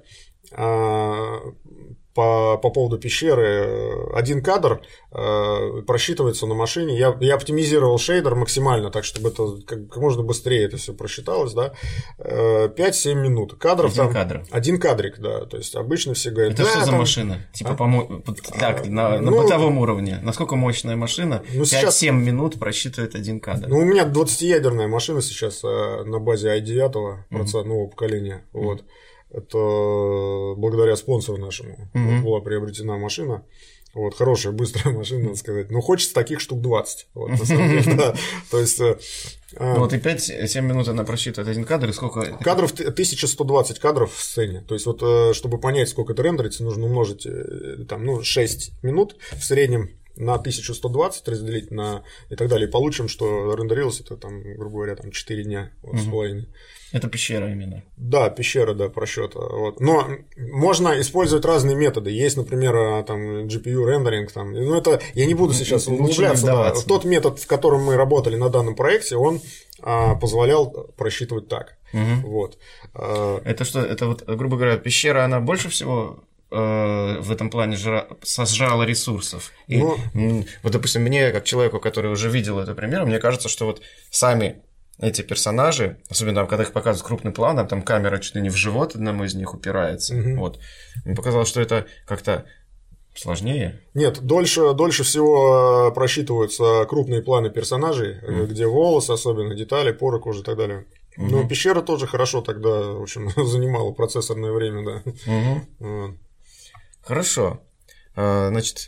По, по поводу пещеры, один кадр э, просчитывается на машине. Я, я оптимизировал шейдер максимально, так, чтобы это как, как можно быстрее это все просчиталось, да. пять-семь минут. Кадров один там. Кадр. Один кадрик, да. То есть обычно все говорят. Это да, что за там... машина? Типа а? по так, на, на ну, бытовом уровне. Насколько мощная машина? Ну, пять-семь сейчас... минут просчитывает один кадр. Ну, у меня двадцатиядерная машина сейчас на базе ай девять mm-hmm. нового поколения. Mm-hmm. Вот. Это благодаря спонсору нашему mm-hmm. вот, была приобретена машина. Вот, хорошая, быстрая машина, надо сказать. Но хочется таких штук двадцать. Вот, на самом деле, да. То есть. Ну вот и пять-семь минут она просчитывает один кадр, и сколько. Кадров тысяча сто двадцать кадров в сцене. То есть, вот, чтобы понять, сколько это рендерится, нужно умножить там, ну, шесть минут в среднем на тысячу сто двадцать разделить на и так далее. И получим, что рендерилось это, там, грубо говоря, там, четыре дня вот, с половиной. Это пещера именно. Да, пещера, да, просчета. Вот. Но можно использовать разные методы. Есть, например, там джи пи ю рендеринг. Там. Ну, это я не буду сейчас углубляться. Да. Тот метод, в котором мы работали на данном проекте, он а, позволял просчитывать так. Угу. Вот. Это что? Это вот, грубо говоря, пещера, она больше всего в этом плане жра... сожрала ресурсов. И ну... вот, допустим, мне, как человеку, который уже видел это пример, мне кажется, что вот сами эти персонажи, особенно там, когда их показывают крупным планом, там камера чуть ли не в живот одному из них упирается. Mm-hmm. Вот. Мне показалось, что это как-то сложнее. Нет, дольше, дольше всего просчитываются крупные планы персонажей, mm-hmm. где волосы, особенно детали, поры кожи и так далее. Mm-hmm. Но пещера тоже хорошо тогда, в общем, занимала процессорное время, да. Mm-hmm. Вот. Хорошо. Значит,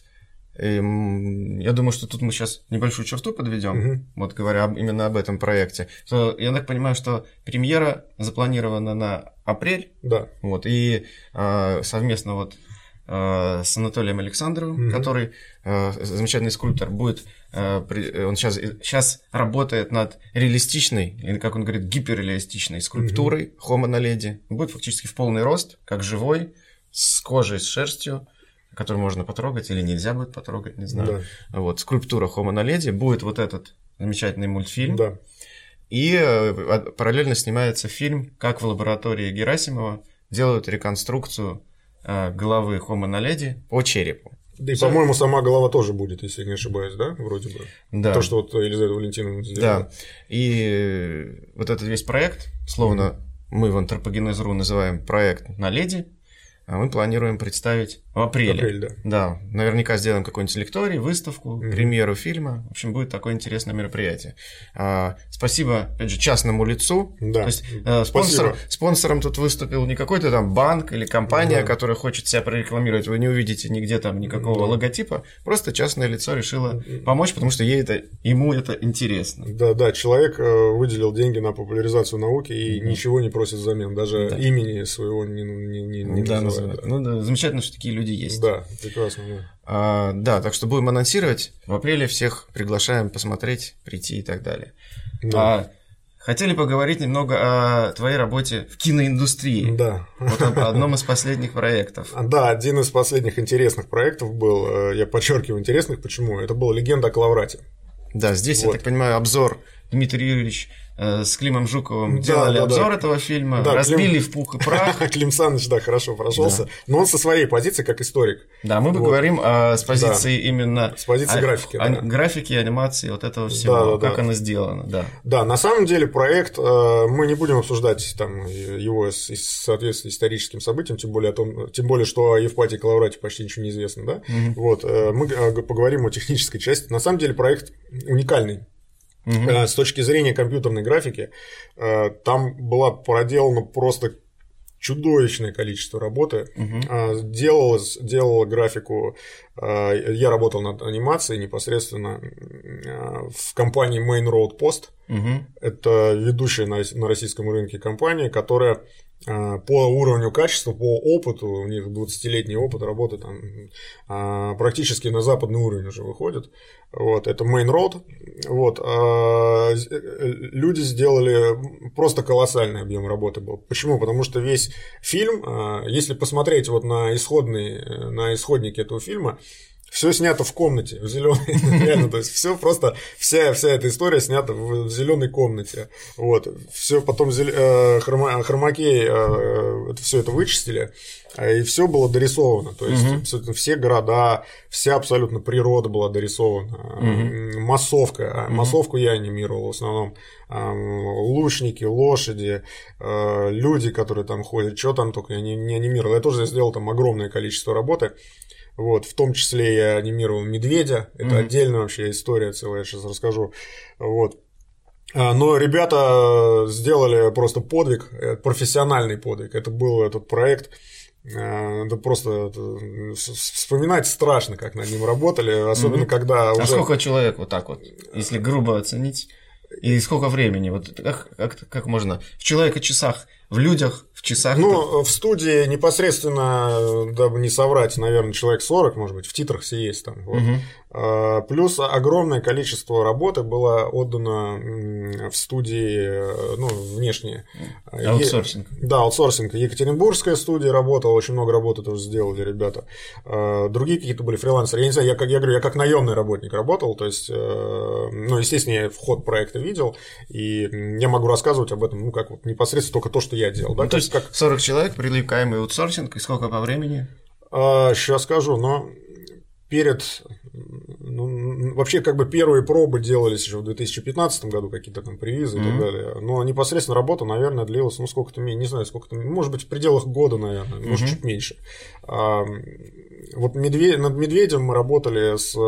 я думаю, что тут мы сейчас небольшую черту подведем, угу. вот говоря об, именно об этом проекте. Я так понимаю, что премьера запланирована на апрель. Да. Вот, и а, совместно вот а, с Анатолием Александровым, угу. который а, замечательный скульптор, будет, а, при, он сейчас, сейчас работает над реалистичной, или, как он говорит, гиперреалистичной скульптурой угу. Homo naledi. Будет фактически в полный рост, как живой, с кожей, с шерстью, которую можно потрогать или нельзя будет потрогать, не знаю. Да. Вот, скульптура Homo naledi, будет вот этот замечательный мультфильм. Да. И параллельно снимается фильм, как в лаборатории Герасимова делают реконструкцию головы Homo naledi по черепу. Да и, Все... по-моему, сама голова тоже будет, если я не ошибаюсь, да, вроде бы? Да. То, что вот Елизавета Валентиновна сделала. Да. И вот этот весь проект, словно mm-hmm. мы в антропогенез.ру называем проект naledi, а мы планируем представить в апреле. Апрель, да. Да, наверняка сделаем какой-нибудь лекторий, выставку, mm-hmm. премьеру фильма. В общем, будет такое интересное мероприятие. А, спасибо, опять же, частному лицу. Да. То есть, а, спонсор, спонсором тут выступил не какой-то там банк или компания, да. которая хочет себя прорекламировать. Вы не увидите нигде там никакого да. логотипа. Просто частное лицо решило помочь, потому что ей это, ему это интересно. Да, да, человек выделил деньги на популяризацию науки и mm-hmm. ничего не просит взамен. Даже да. имени своего не, не, не, не да, называет. Да. Ну да, замечательно, что такие люди есть. Да, прекрасно. Да. А, да, так что будем анонсировать. В апреле всех приглашаем посмотреть, прийти и так далее. Да. А, хотели поговорить немного о твоей работе в киноиндустрии. Да. Вот об одном из последних проектов. Да, один из последних интересных проектов был, я подчеркиваю интересных, почему? Это была «Легенда о Коловрате». Да, здесь, вот. Я так понимаю, обзор Дмитрий Юрьевич э, с Климом Жуковым да, делали да, обзор да. этого фильма, да, разбили Клим... в пух и прах. Клим Саныч, да, хорошо прошелся, да. но он со своей позиции как историк. Да, мы вот. поговорим о, с позиции да. именно с позиции о, графики, о, да. графики, анимации, вот этого всего, да, да, как да. оно сделано. Да. да, на самом деле проект, мы не будем обсуждать там, его в соответствии с историческим событием, тем более, о том, тем более что о Евпатии Коловрате почти ничего не известно. Да? Угу. Вот, мы поговорим о технической части. На самом деле проект уникальный. Uh-huh. С точки зрения компьютерной графики, там была проделана просто чудовищное количество работы. Uh-huh. Делалось, делала графику, я работал над анимацией непосредственно в компании Main Road Post. Uh-huh. Это ведущая на российском рынке компания, которая по уровню качества, по опыту, у них двадцатилетний опыт работы там практически на западный уровень уже выходит. Вот, это Main Road. Вот, люди сделали просто колоссальный объем работы был. Почему? Потому что весь фильм, если посмотреть вот на исходный, на исходники этого фильма, все снято в комнате, в зеленой, реально, то есть все просто, вся, вся эта история снята в, в зеленой комнате. Вот, все потом зел... э, хрома... хромакей э, все это вычистили, и все было дорисовано. То есть mm-hmm. абсолютно все города, вся абсолютно природа была дорисована. Mm-hmm. Массовка. Mm-hmm. Массовку я анимировал в основном. Лучники, лошади, люди, которые там ходят, что там только я не, не анимировал. Я тоже сделал там огромное количество работы. Вот, в том числе я анимировал медведя. Это mm-hmm. отдельная вообще история целая, я сейчас расскажу. Вот. Но ребята сделали просто подвиг, профессиональный подвиг. Это был этот проект. Это просто это, вспоминать страшно, как над ним работали, особенно mm-hmm. когда уже... А сколько человек вот так вот, если грубо оценить, и сколько времени? Вот как, как, как можно в человека-часах, в людях, в часах? Ну, в студии непосредственно, дабы не соврать, наверное, человек сорок, может быть, в титрах все есть там. Вот. Угу. Плюс огромное количество работы было отдано в студии, ну, внешние. Аутсорсинг. Е... Да, аутсорсинг. Екатеринбургская студия работала, очень много работы тоже сделали ребята. Другие какие-то были фрилансеры. Я не знаю, я, как я говорю, я как наемный работник работал, то есть, ну, естественно, я вход проекта видел, и я могу рассказывать об этом, ну, как вот непосредственно только то, что я делал. Да? Ну, то есть, как сорок человек, привлекаемый аутсорсинг, и сколько по времени? А, сейчас скажу, но перед... Ну, вообще, как бы первые пробы делались еще в две тысячи пятнадцатом году, какие-то там превизы mm-hmm. и так далее. Но непосредственно работа, наверное, длилась, ну, сколько-то, не знаю, сколько-то, может быть, в пределах года, наверное, mm-hmm. может, чуть меньше. А, вот медведь, над медведем мы работали с...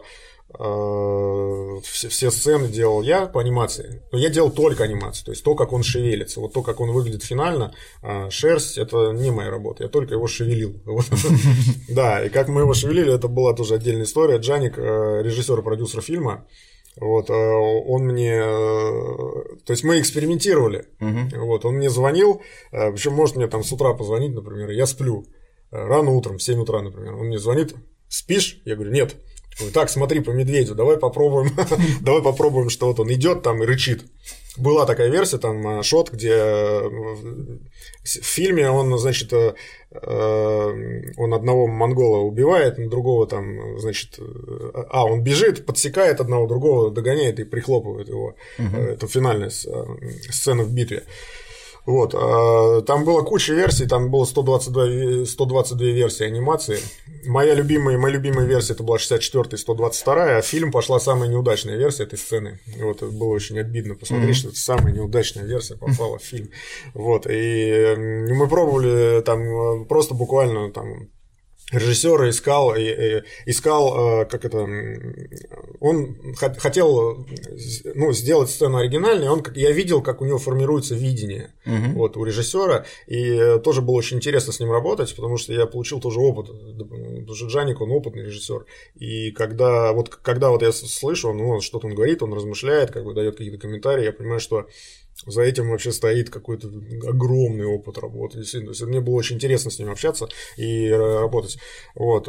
Все, все сцены делал я по анимации, но я делал только анимацию, то есть то, как он шевелится, вот то, как он выглядит финально, шерсть, это не моя работа, я только его шевелил. Да, и как мы его шевелили, это была тоже отдельная история. Джаник, режиссер и продюсер фильма, вот, он мне, то есть мы экспериментировали, вот, он мне звонил, причем может мне там с утра позвонить, например, я сплю, рано утром, в семь утра, например, он мне звонит, спишь? Я говорю, нет. Так, смотри по медведю, давай попробуем, давай попробуем, что вот он идет там и рычит. Была такая версия, там, шот, где в фильме он, значит, он одного монгола убивает, другого там, значит, а, он бежит, подсекает одного, другого догоняет и прихлопывает его. Uh-huh. Это финальная сцена в битве. Вот, там была куча версий, там было сто двадцать два, сто двадцать две версии анимации. Моя любимая, моя любимая версия это была шестьдесят четвёртая, сто двадцать вторая, а в фильм пошла самая неудачная версия этой сцены. Вот, это было очень обидно посмотреть, mm-hmm. что это самая неудачная версия попала в фильм. Вот, и мы пробовали там просто буквально там. Режиссер искал, искал, как это, он хотел, ну, сделать сцену оригинальной, он, я видел, как у него формируется видение, uh-huh. вот, у режиссера, и тоже было очень интересно с ним работать, потому что я получил тоже опыт, потому что Джаник, он опытный режиссер, и когда вот, когда вот я слышу, он, ну, что-то он говорит, он размышляет, как бы дает какие-то комментарии, я понимаю, что за этим вообще стоит какой-то огромный опыт работы. Действительно. То есть, мне было очень интересно с ним общаться и работать. Вот.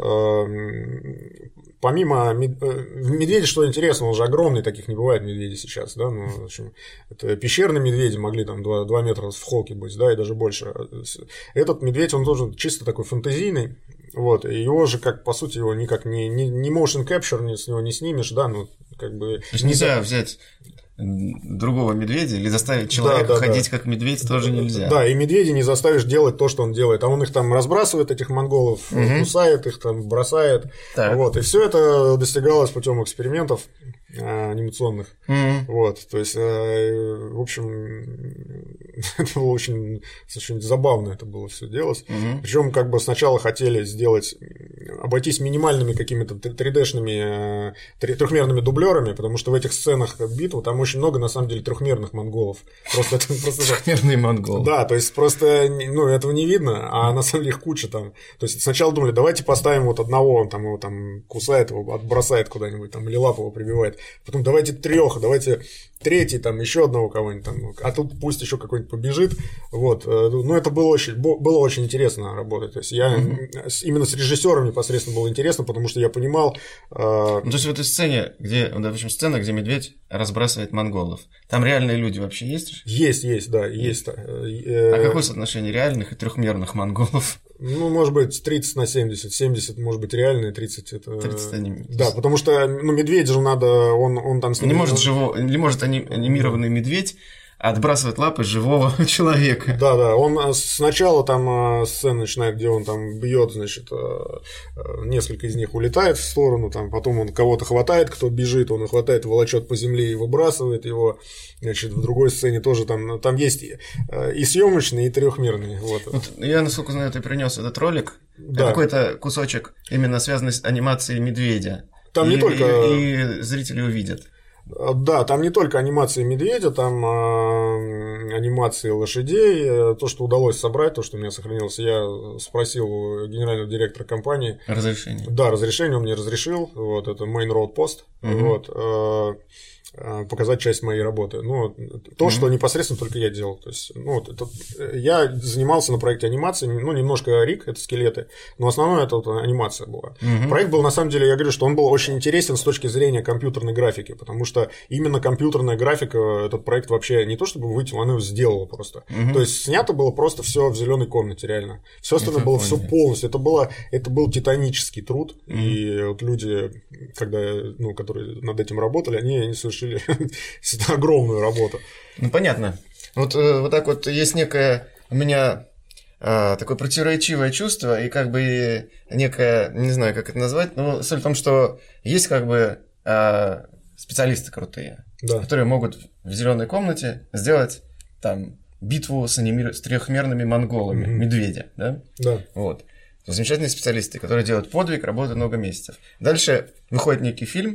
Помимо медведя, что интересно, он же огромный, таких не бывает медведей сейчас. Да? Ну, в общем, это пещерные медведи могли там два метра в холке быть, да, и даже больше. Этот медведь, он тоже чисто такой фантазийный. Вот, и его же, как по сути, его никак не, не, не motion capture, ни с него не снимешь, да, ну, как бы. То есть нельзя взять другого медведя или заставить человека да, да, ходить да. как медведь тоже нельзя. Да, и медведя не заставишь делать то, что он делает. А он их там разбрасывает, этих монголов, угу. кусает их, там бросает. Так. Вот, и все это достигалось путем экспериментов анимационных. Угу. Вот, то есть, в общем, это было очень, очень забавно это было все делать. Угу. Причем как бы сначала хотели сделать обойтись минимальными какими-то три дэ-шными трехмерными дублерами, потому что в этих сценах битвы там очень много, на самом деле, трехмерных монголов. Просто это просто... Трехмерные монголы. Да, то есть просто, ну, этого не видно, а на самом деле их куча там. То есть сначала думали, давайте поставим вот одного, он там его там кусает, его отбросает куда-нибудь, там, или лапу его прибивает. Потом давайте трех, давайте третий, там, еще одного кого-нибудь там, а тут пусть еще какой-нибудь побежит. Вот. Ну, это было очень, было очень интересно работать. То есть я mm-hmm. именно с режиссером непосредственно было интересно, потому что я понимал. Э... Ну, то есть в этой сцене, где, допустим, сцена, где медведь разбрасывает монголов, там реальные люди вообще есть? Есть, есть, да, есть. А какое соотношение реальных и трехмерных монголов? Ну, может быть, тридцать на семьдесят. семьдесят, может быть, реальные, тридцать это... тридцать аним... Да, потому что, ну, медведя же надо, он, он там... Не может, живо... не может анимированный медведь отбрасывать лапы живого человека. Да, да, он сначала там сцена начинает, где он там бьет, значит, несколько из них улетает в сторону, там, потом он кого-то хватает, кто бежит, он хватает, волочет по земле и выбрасывает его. Значит, в другой сцене тоже там, там есть и съемочные, и трехмерные. Вот. Вот я, насколько знаю, ты принес этот ролик, да. Какой-то кусочек именно связанный с анимацией медведя. Там и, не только... И, и зрители увидят. Да, там не только анимации медведя, там э, анимации лошадей. То, что удалось собрать, то, что у меня сохранилось, я спросил у генерального директора компании. Разрешение. Да, разрешение он мне разрешил. Вот, это Main Road Post. Угу. Вот, э, показать часть моей работы. Ну, то, mm-hmm. что непосредственно только я делал. То есть, ну, вот, это, я занимался на проекте анимации, ну, немножко рик, это скелеты, но основное это вот анимация была. Mm-hmm. Проект был, на самом деле, я говорю, что он был очень интересен с точки зрения компьютерной графики, потому что именно компьютерная графика этот проект вообще не то чтобы вытянула, она его сделала просто. Mm-hmm. То есть, снято было просто все в зеленой комнате, реально. Все остальное это было все полностью. Это, было, это был титанический труд, mm-hmm. и вот люди, когда, ну, которые над этим работали, они, они совершили огромную работу. Ну, понятно. Вот, вот так вот есть некое у меня а, такое противоречивое чувство и как бы некое, не знаю, как это назвать, но суть в том, что есть как бы а, специалисты крутые, да. которые могут в зеленой комнате сделать там битву с, анимир... с трехмерными монголами, mm-hmm. медведя, да? Да. Вот. Замечательные специалисты, которые делают подвиг, работают много месяцев. Дальше выходит некий фильм,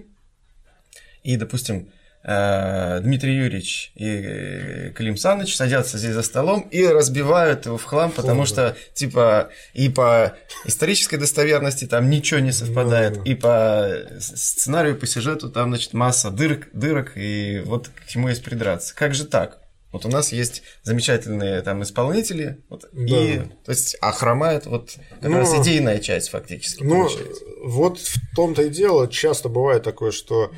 и, допустим, Дмитрий Юрьевич и Клим Саныч садятся здесь за столом и разбивают его в хлам, потому Фу, что, да. типа, и по исторической достоверности там ничего не совпадает, да, да. и по сценарию, по сюжету там, значит, масса дырок, дырок, и вот к чему есть придраться. Как же так? Вот у нас есть замечательные там исполнители, вот, да. и, то есть, а хромает вот как ну, раз идейная часть фактически. Ну, получается. Вот в том-то и дело, часто бывает такое, что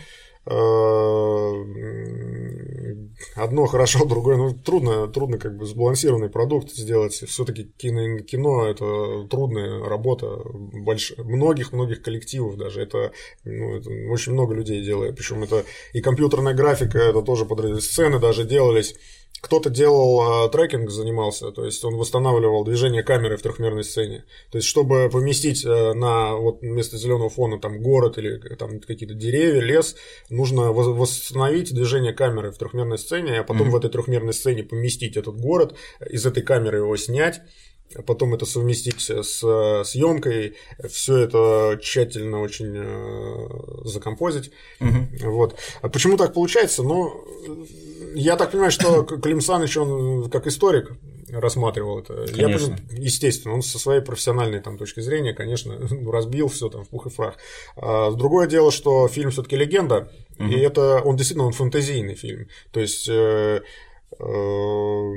одно хорошо, другое, ну, трудно, трудно как бы сбалансированный продукт сделать. Все-таки кино, кино это трудная работа больш... многих-многих коллективов даже. Это, ну, это очень много людей делает. Причем это и компьютерная графика, это тоже подразделение. Сцены даже делались. Кто-то делал э, трекинг, занимался, то есть он восстанавливал движение камеры в трехмерной сцене. То есть, чтобы поместить э, на вот вместо зеленого фона там город или там какие-то деревья, лес, нужно восстановить движение камеры в трехмерной сцене, а потом mm-hmm. в этой трехмерной сцене поместить этот город, из этой камеры его снять. Потом это совместить с съемкой, все это тщательно очень закомпозить. Mm-hmm. Вот. А почему так получается? Ну, я так понимаю, что Клим Саныч, он как историк рассматривал это. Я понимаю, естественно, он со своей профессиональной там, точки зрения, конечно, разбил все там в пух и прах. А другое дело, что фильм все-таки легенда, mm-hmm. и это он действительно он фэнтезийный фильм. То есть. Э, э,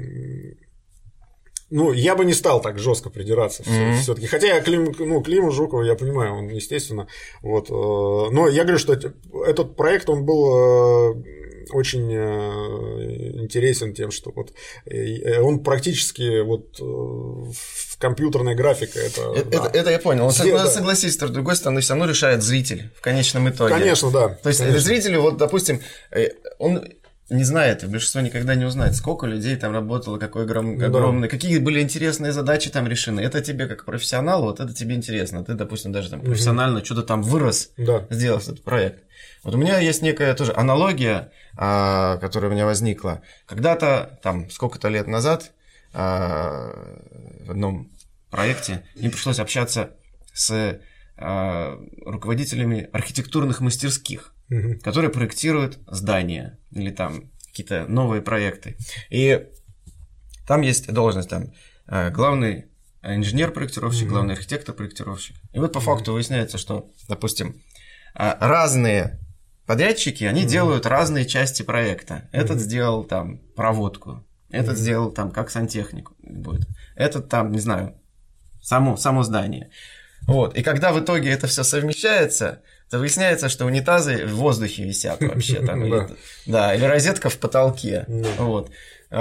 Ну, я бы не стал так жестко придираться mm-hmm. все-таки. Хотя я Клим, ну, Климу Жукову, я понимаю, он естественно. Вот, но я говорю, что этот проект он был очень интересен тем, что вот он практически вот в компьютерной графике это. Это, да. это, это я понял. Где, Согла- да. Согласись, с другой стороны, все равно решает зритель в конечном итоге. Конечно, да. То есть конечно. Зрителю, вот, допустим, он. Не знает, большинство никогда не узнает, сколько людей там работало, какой огром... огромный, да. какие были интересные задачи там решены. Это тебе как профессионалу, вот это тебе интересно. Ты, допустим, даже там профессионально угу. что-то там вырос, да. сделав этот проект. Вот у меня есть некая тоже аналогия, а, которая у меня возникла. Когда-то, там, сколько-то лет назад а, в одном проекте мне пришлось общаться с э, руководителями архитектурных мастерских, угу. которые проектируют здания или там какие-то новые проекты. И там есть должность, там, э, главный инженер-проектировщик, угу. главный архитектор-проектировщик. И вот по факту выясняется, что, допустим, разные подрядчики, они mm-hmm. делают разные части проекта. Этот mm-hmm. сделал там проводку, этот mm-hmm. сделал там как сантехнику будет, этот там, не знаю, само, само здание. Вот. И когда в итоге это все совмещается, то выясняется, что унитазы в воздухе висят вообще. Там, или, да, или розетка в потолке. Вот.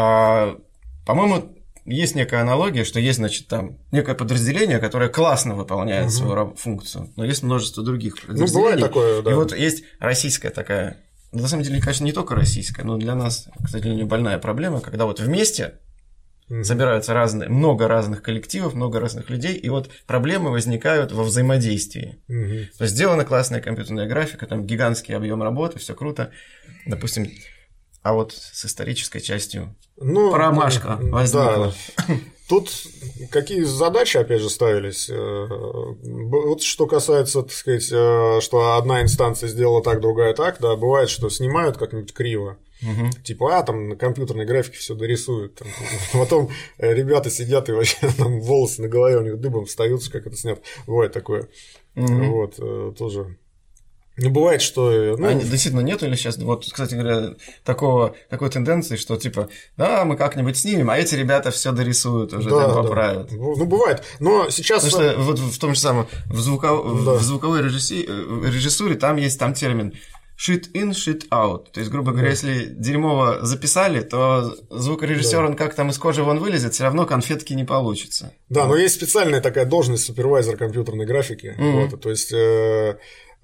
По-моему, есть некая аналогия, что есть, значит, там некое подразделение, которое классно выполняет угу. свою функцию, но есть множество других подразделений. Ну, бывает такое, да. И вот есть российская такая, на самом деле, конечно, не только российская, но для нас, к сожалению, больная проблема, когда вот вместе угу. собираются разные, много разных коллективов, много разных людей, и вот проблемы возникают во взаимодействии. Угу. То есть сделана классная компьютерная графика, там гигантский объем работы, все круто, допустим. А вот с исторической частью ну, промашка ну, возникла. Да. Тут какие задачи, опять же, ставились? Вот что касается, так сказать, что одна инстанция сделала так, другая так, да, бывает, что снимают как-нибудь криво. Угу. Типа, а, там на компьютерной графике все дорисуют. Там. Потом ребята сидят и вообще там волосы на голове у них дыбом встают, как это снято. Бывает такое. Угу. Вот, тоже. Ну, бывает, что... Ну, а действительно нету или сейчас, вот, кстати говоря, такого, такой тенденции, что типа, да, мы как-нибудь снимем, а эти ребята все дорисуют, уже да, там поправят. Да. Ну, бывает, но сейчас... Потому что вот в том же самом, в, звуков... да. в звуковой режиссуре там есть там термин shit in, shit out. То есть, грубо говоря, да. если дерьмово записали, то звукорежиссер, да. он как там из кожи вон вылезет, все равно конфетки не получится. Да, вот. Но есть специальная такая должность супервайзер компьютерной графики. Mm-hmm. Вот, то есть... Э-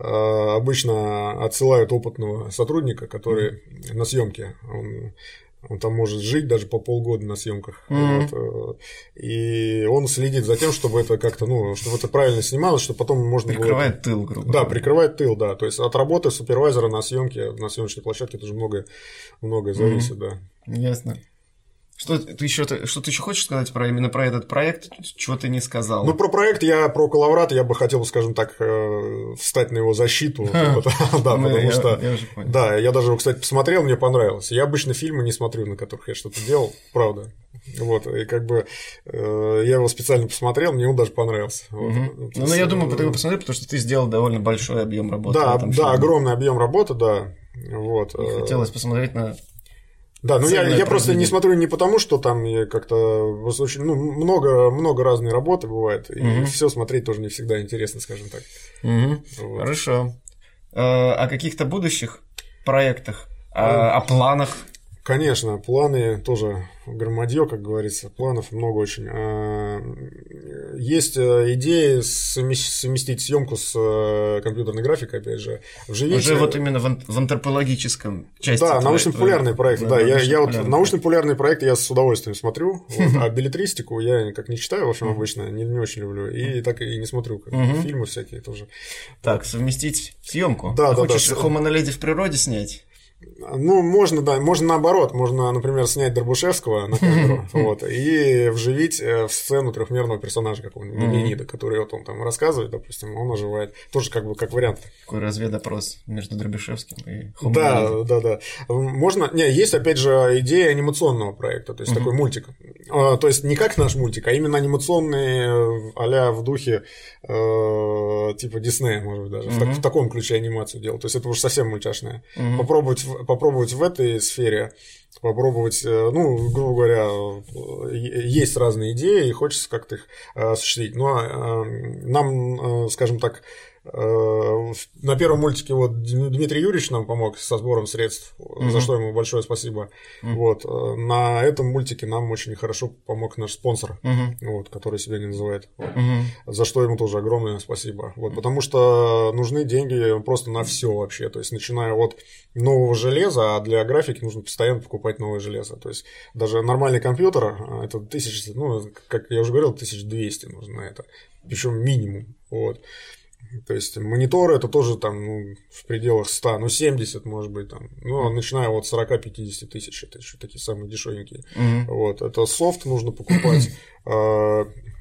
обычно отсылают опытного сотрудника, который mm-hmm. на съемке, он, он там может жить даже по полгода на съемках, mm-hmm. вот, и он следит за тем, чтобы это как-то, ну, чтобы это правильно снималось, чтобы потом можно прикрывает было... тыл, грубо да, прикрывает тыл, да, то есть от работы супервайзера на съемке, на съемочной площадке тоже многое, многое зависит, mm-hmm. да. Ясно. Что ты еще, что ты еще хочешь сказать про именно про этот проект, чего ты не сказал? Ну, про проект я, про Коловрат я бы хотел, скажем так, встать на его защиту. Да, потому что. Да, я даже его, кстати, посмотрел, мне понравилось. Я обычно фильмы не смотрю, на которых я что-то делал, правда. Вот, и как бы я его специально посмотрел, мне он даже понравился. Ну, я думаю, ты его посмотрел, потому что ты сделал довольно большой объем работы. Да, да, огромный объем работы, да. Вот. Хотелось посмотреть на. Да, ну я, я просто не смотрю не потому, что там как-то очень, ну, много, много разной работы бывает, и угу. все смотреть тоже не всегда интересно, скажем так. Угу. Вот. Хорошо. О каких-то будущих проектах, о, о планах? Конечно, планы тоже громадье, как говорится, планов много очень. Есть идеи совместить съемку с компьютерной графикой, опять же. Вживить... Уже вот именно в антропологическом части. Да, научно-популярный проект. Да, я, я вот научно-популярный проект я с удовольствием смотрю, вот, а билетристику я как не читаю, в общем, обычно, не, не очень люблю, и так и не смотрю, как uh-huh. фильмы всякие тоже. Так, совместить съемку. Да, Ты да, хочешь да. Homo naledi в природе снять? Ну, можно, да, можно наоборот, можно, например, снять Дробышевского на камеру, вот, и вживить в сцену трехмерного персонажа какого-нибудь, Леонида, который вот он там рассказывает, допустим, он оживает, тоже как бы как вариант. Такой разведопрос между Дробышевским и Homo Да, naledi. да, да. Можно, не, есть, опять же, идея анимационного проекта, то есть такой мультик, то есть не как наш мультик, а именно анимационный а-ля в духе типа Диснея, может быть, даже, в таком ключе анимацию делать, то есть это уже совсем мультяшное. Попробовать попробовать в этой сфере, попробовать, ну, грубо говоря, есть разные идеи, и хочется как-то их осуществить. Но нам, скажем так, на первом мультике вот Дмитрий Юрьевич нам помог со сбором средств, mm-hmm. за что ему большое спасибо. Mm-hmm. Вот. На этом мультике нам очень хорошо помог наш спонсор, mm-hmm. вот, который себя не называет. Вот. Mm-hmm. За что ему тоже огромное спасибо. Вот, потому что нужны деньги просто на все вообще. То есть, начиная от нового железа, а для графики нужно постоянно покупать новое железо. То есть, даже нормальный компьютер, это тысяча, ну, как я уже говорил, тысяча двести нужно на это. Причем минимум. Вот. То есть мониторы это тоже там ну, в пределах ста, ну семьдесят может быть там, ну начиная от сорок-пятьдесят тысяч, это еще такие самые дешевенькие. Mm-hmm. Вот, это софт нужно покупать,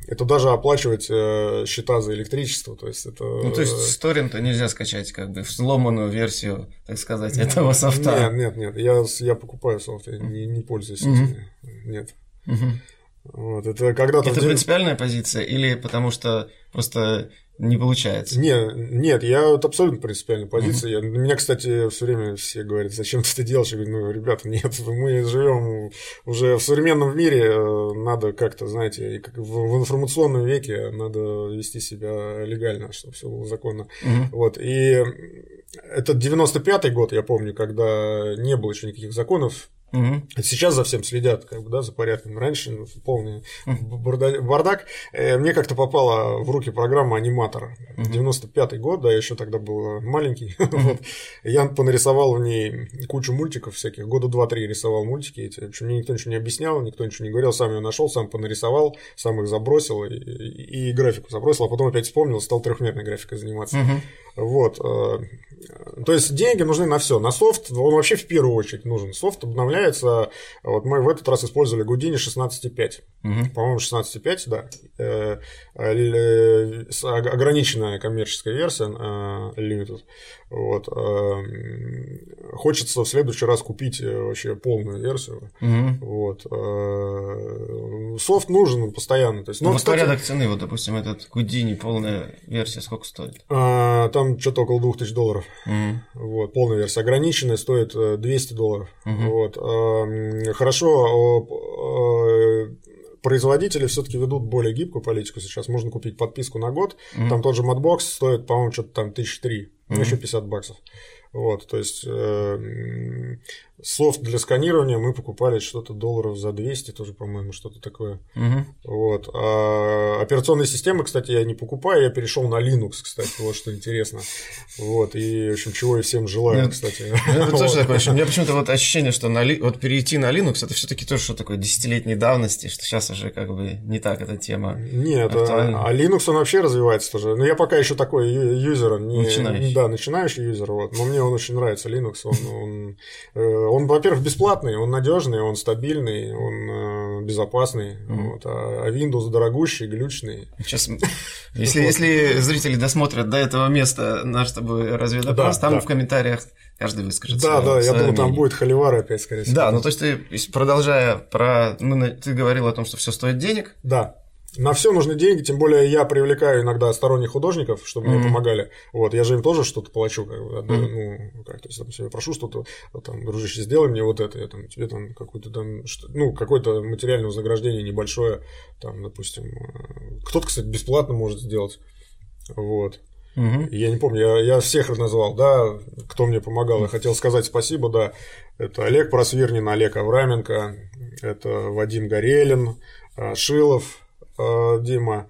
это даже оплачивать э, счета за электричество, то есть это... Ну, то есть с торрента нельзя скачать как бы взломанную версию, так сказать, этого софта? Нет, нет, нет, я, я покупаю софт, я не, не пользуюсь угу. этими, нет. Угу. Вот, это когда-то... Это принципиальная позиция или потому что просто не получается? Нет, нет, я это абсолютно принципиальная позиция. Uh-huh. Я, меня, кстати, все время все говорят, зачем ты это делаешь? Я говорю, ну, ребята, нет, мы живем уже в современном мире, надо как-то, знаете, как в информационном веке надо вести себя легально, чтобы все было законно. Uh-huh. Вот, и это девяносто пятый год, я помню, когда не было еще никаких законов. Угу. Сейчас за всем следят, как бы, да, за порядком. Раньше полный бардак. Мне как-то попала в руки программа «Аниматор». девяносто пятый год, да, я еще тогда был маленький. Вот. Я понарисовал в ней кучу мультиков всяких. Года два-три рисовал мультики эти. В общем, мне никто ничего не объяснял, никто ничего не говорил. Сам ее нашел, сам понарисовал, сам их забросил и, и, и графику забросил, а потом опять вспомнил, стал трехмерной графикой заниматься. Угу. Вот. То есть деньги нужны на все. На софт, он вообще в первую очередь нужен. Софт обновляется. Вот мы в этот раз использовали Houdini шестнадцать пять. Угу. По-моему, шестнадцать пять, да. Э, э, ограниченная коммерческая версия, э, Limited. Вот. Э, хочется в следующий раз купить вообще полную версию. Угу. Вот. Э, софт нужен постоянно. То есть, ну, ну, кстати, порядок цены, вот, допустим, этот Houdini полная версия сколько стоит? Э, там что-то около двух тысяч долларов. Угу. Вот. Полная версия. Ограниченная стоит двести долларов. Угу. Вот. Хорошо, производители все-таки ведут более гибкую политику сейчас. Можно купить подписку на год. Mm-hmm. Там тот же Madbox стоит, по-моему, что-то там тысячи три, mm-hmm. еще пятьдесят баксов. Вот, то есть э, софт для сканирования мы покупали что-то долларов за двести, тоже, по-моему, что-то такое. Угу. Вот. А операционные системы, кстати, я не покупаю, я перешел на Linux, кстати, вот что интересно. Вот, и, в общем, чего я всем желаю, Нет, кстати. Это вот. Тоже такое, у меня почему-то вот ощущение, что на, вот перейти на Linux, это все-таки тоже что такое десятилетней давности, что сейчас уже как бы не так эта тема. Нет, а, а Linux он вообще развивается тоже. Но я пока еще такой юзер, не, начинающий. Да, начинающий юзер, вот, но мне он очень нравится, Linux, он, он, он, во-первых, бесплатный, он надежный, он стабильный, он безопасный, mm-hmm. вот, а Windows дорогущий, глючный. Сейчас, если, если зрители досмотрят до этого места наш с тобой разведопрос, да, там да. в комментариях каждый выскажется. Да, да, я думаю, там будет холивар опять, скорее всего. Да, ну то есть ты, продолжая про... Ты говорил о том, что все стоит денег. Да. На все нужны деньги, тем более я привлекаю иногда сторонних художников, чтобы mm-hmm. мне помогали. Вот, я же им тоже что-то плачу, как бы, mm-hmm. ну, как, то есть, там, я прошу что-то, там, дружище, сделай мне вот это, я там тебе там какую-то там, ну, какое-то материальное вознаграждение небольшое, там, допустим, кто-то, кстати, бесплатно может сделать, вот. Mm-hmm. Я не помню, я, я всех назвал, да, кто мне помогал, mm-hmm. я хотел сказать спасибо, да, это Олег Просвирнин, Олег Авраменко, это Вадим Горелин, Шилов, Дима,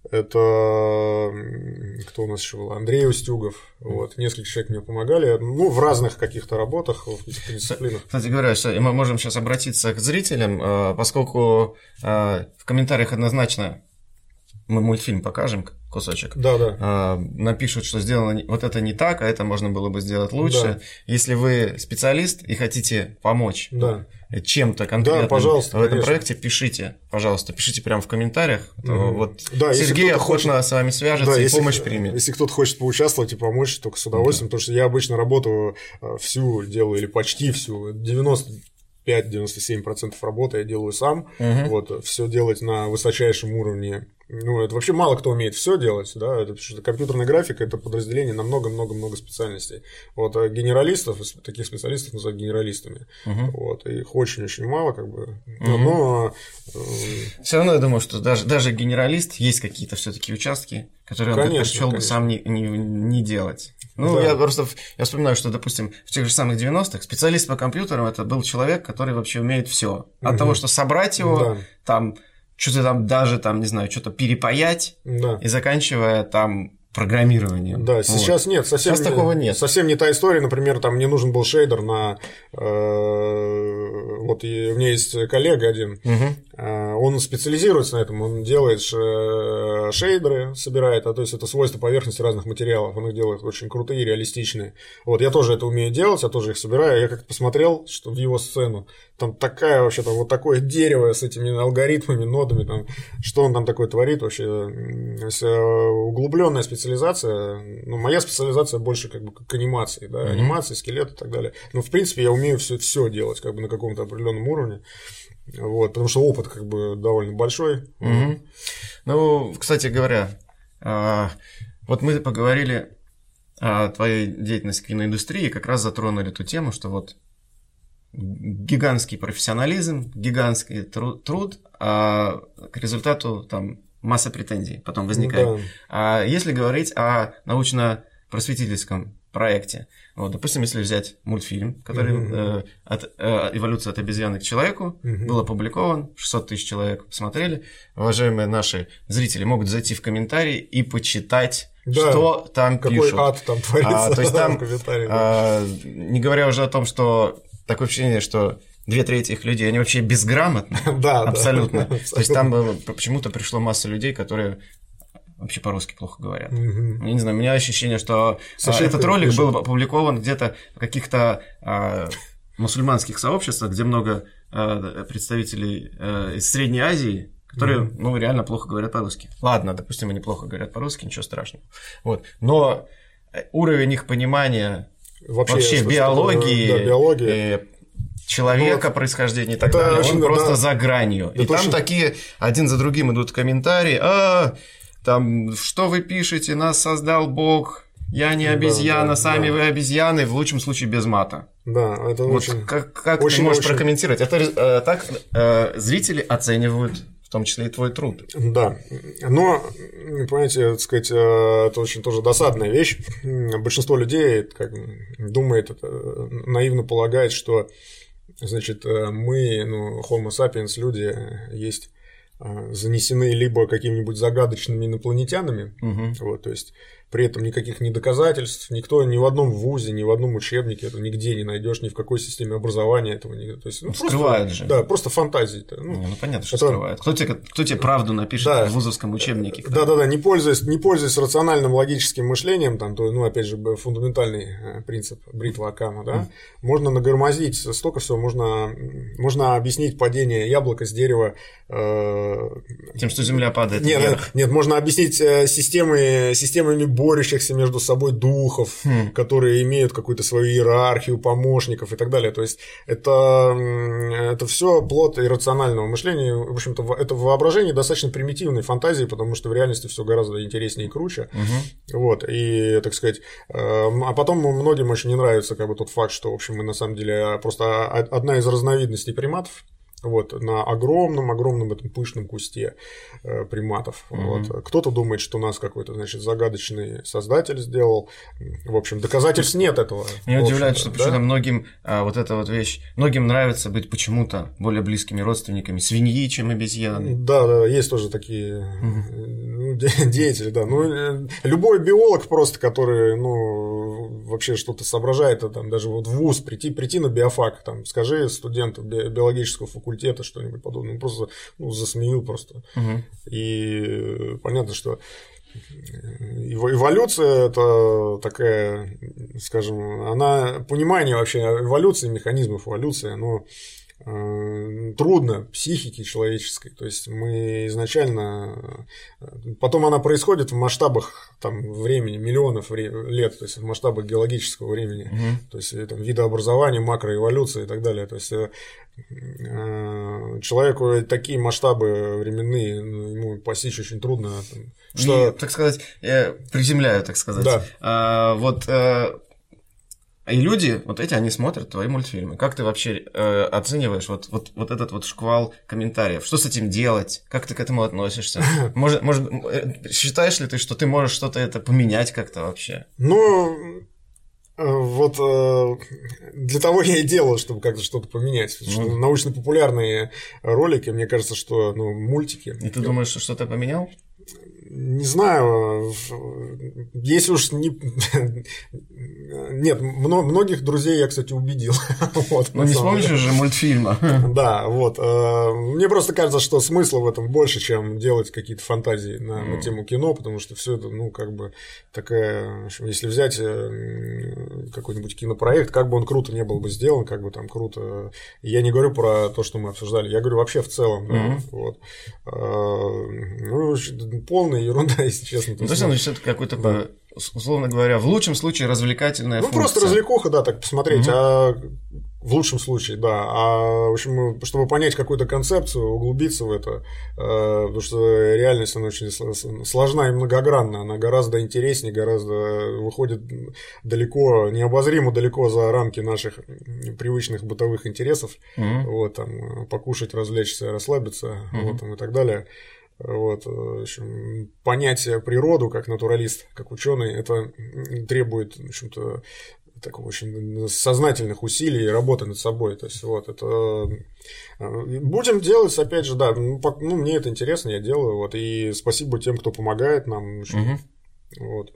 это кто у нас еще был? Андрей Устюгов. Вот, несколько человек мне помогали, ну, в разных каких-то работах, в каких-то дисциплинах. Кстати говоря, мы можем сейчас обратиться к зрителям, поскольку в комментариях однозначно мы мультфильм покажем, кусочек. Да, да. Напишут, что сделано вот это не так, а это можно было бы сделать лучше. Да. Если вы специалист и хотите помочь да. чем-то конкретно да, пожалуйста, в этом конечно. проекте, пишите, пожалуйста, пишите прямо в комментариях. Mm-hmm. Вот да, Сергей охотно хочет... с вами свяжется да, и если, помощь примет. Если кто-то хочет поучаствовать и помочь, только с удовольствием, да. потому что я обычно работу всю делаю или почти всю, девяносто пять - девяносто семь процентов работы я делаю сам, угу. вот, все делать на высочайшем уровне. Ну, это вообще мало кто умеет все делать, да, это, потому что компьютерная графика – это подразделение на много-много-много специальностей. Вот, а генералистов, таких специалистов называют генералистами, угу. вот, их очень-очень мало, как бы, угу. но… Все равно я думаю, что даже, даже генералист, есть какие-то все-таки участки, которые он предпочел бы сам не, не, не делать. Ну, да. я просто я вспоминаю, что, допустим, в тех же самых девяностых специалист по компьютерам это был человек, который вообще умеет все. От угу. того, что собрать его, да. там, что-то там даже, там, не знаю, что-то перепаять, да. и заканчивая там программированием. Да, сейчас вот. нет, совсем сейчас не, такого нет. Совсем не та история, например, там мне нужен был шейдер на… Э, вот и у меня есть коллега один, угу. э, он специализируется на этом, он делает шейдеры, собирает, а то есть это свойства поверхности разных материалов, он их делает очень крутые, реалистичные. Вот, я тоже это умею делать, я тоже их собираю, я как-то посмотрел, что в его сцену, там такая вообще, там вот такое дерево с этими алгоритмами, нодами, там, что он там такое творит вообще, углубленная специализация, ну, моя специализация больше как бы к анимации, да, mm-hmm. анимации, скелет и так далее. Но, в принципе, я умею все, все делать как бы на каком-то определенном уровне. Вот, потому что опыт как бы довольно большой. Mm-hmm. Ну, кстати говоря, вот мы поговорили о твоей деятельности в киноиндустрии, как раз затронули ту тему, что вот гигантский профессионализм, гигантский труд, а к результату там масса претензий потом возникает. Да. А если говорить о научно-просветительском проекте, вот, допустим, если взять мультфильм, который mm-hmm. э, от, э, «Эволюция от обезьяны к человеку», mm-hmm. был опубликован, шестьсот тысяч человек посмотрели, уважаемые наши зрители могут зайти в комментарии и почитать, да, что там какой пишут. Какой ад там творится, а, то есть там, в комментариях. А, не говоря уже о том, что такое впечатление, что две трети их людей, они вообще безграмотны, да, абсолютно. Да, то есть там почему-то пришло масса людей, которые вообще по-русски плохо говорят. Mm-hmm. Я не знаю, у меня ощущение, что Сашей, этот ролик пишет. Был опубликован где-то в каких-то а, мусульманских сообществах, где много а, представителей а, из Средней Азии, которые, mm-hmm. ну, реально плохо говорят по-русски. Ладно, допустим, они плохо говорят по-русски, ничего страшного. Вот. Но уровень их понимания вообще, вообще биологии, да, биология. человека, ну, происхождения и так далее, очень, он просто да, за гранью. И там очень... такие один за другим идут комментарии, а там, что вы пишете, нас создал Бог, я не обезьяна, да, да, сами да. вы обезьяны, в лучшем случае без мата. Да, это вот очень... Как, как очень, ты можешь очень... прокомментировать? Это э, так э, зрители оценивают, в том числе и твой труд. Да, но, понимаете, так сказать, это очень тоже досадная вещь. Большинство людей как, думает, это, наивно полагает, что, значит, мы, ну, Homo sapiens, люди, есть... занесены либо какими-нибудь загадочными инопланетянами, угу. вот, то есть при этом никаких ни доказательств, никто ни в одном вузе, ни в одном учебнике это нигде не найдешь, ни в какой системе образования этого не. То есть, ну, скрывает просто, же. Да, просто фантазии. Ну, ну, ну понятно, что это... скрывает. Кто тебе, кто тебе правду напишет да. в вузовском учебнике? Да, да, да, не пользуясь, не пользуясь рациональным логическим мышлением, там, то, ну, опять же, фундаментальный принцип бритва Оккама, да, mm. можно нагормозить столько всего, можно, можно объяснить падение яблока с дерева. Э... Тем, что Земля падает нет, вверх. Нет, можно объяснить системы, системами борющихся между собой духов, хм. которые имеют какую-то свою иерархию помощников и так далее. То есть это, это все плод иррационального мышления. В общем-то, это воображение достаточно примитивной фантазии, потому что в реальности все гораздо интереснее и круче. Угу. Вот, и, так сказать, а потом многим очень не нравится как бы тот факт, что, в общем, мы на самом деле просто одна из разновидностей приматов. Вот, на огромном-огромном этом пышном кусте э, приматов. Mm-hmm. Вот. Кто-то думает, что нас какой-то, значит, загадочный создатель сделал. В общем, доказательств нет этого. Меня удивляет, что да? почему-то многим а, вот эта вот вещь, многим нравится быть почему-то более близкими родственниками свиньи, чем обезьяны. Да, да, есть тоже такие mm-hmm. деятели, да. Ну, любой биолог просто, который, ну, вообще что-то соображает, там, даже вот в вуз прийти, прийти на биофак, там, скажи студенту биологического факультета, что-нибудь подобное, просто ну, засмею просто. Угу. И понятно, что эволюция это такая, скажем, она понимание вообще эволюции, механизмов эволюции, оно трудно психике человеческой, то есть мы изначально, потом она происходит в масштабах там, времени, миллионов лет, то есть в масштабах геологического времени, угу. то есть там, видообразования, макроэволюции и так далее, то есть человеку такие масштабы временные, ему постичь очень трудно. Что... И, так сказать, я приземляю, так сказать. Да. А, вот и люди, вот эти, они смотрят твои мультфильмы. Как ты вообще э, оцениваешь вот, вот, вот этот вот шквал комментариев? Что с этим делать? Как ты к этому относишься? Может, может, считаешь ли ты, что ты можешь что-то это поменять как-то вообще? Ну, вот для того я и делал, чтобы как-то что-то поменять. Потому что научно-популярные ролики, мне кажется, что ну, мультики. И ты думаешь, что что-то поменял? не знаю, если уж не... Нет, многих друзей я, кстати, убедил. Вот, ну, не вспомнишь же мультфильма. Да, вот. Мне просто кажется, что смысла в этом больше, чем делать какие-то фантазии на, на тему кино, потому что все это, ну, как бы такая... Если взять какой-нибудь кинопроект, как бы он круто не был бы сделан, как бы там круто... Я не говорю про то, что мы обсуждали, я говорю вообще в целом. Да, mm-hmm. вот. Ну, полная ерунда, если честно. Ну, то есть, ну, это какой-то, да. условно говоря, в лучшем случае развлекательная ну, функция. Ну, просто развлекуха, да, так посмотреть, mm-hmm. а в лучшем случае, да. А, в общем, чтобы понять какую-то концепцию, углубиться в это, потому что реальность, она очень сложна и многогранна, она гораздо интереснее, гораздо выходит далеко, необозримо далеко за рамки наших привычных бытовых интересов, mm-hmm. вот, там, покушать, развлечься, расслабиться, mm-hmm. вот, там, и так далее. Вот, в общем, понятие природу как натуралист, как ученый, это требует, в общем-то, такого очень сознательных усилий и работы над собой. То есть, вот, это будем делать, опять же, да, ну, ну мне это интересно, я делаю, вот, и спасибо тем, кто помогает нам. Угу. Вот.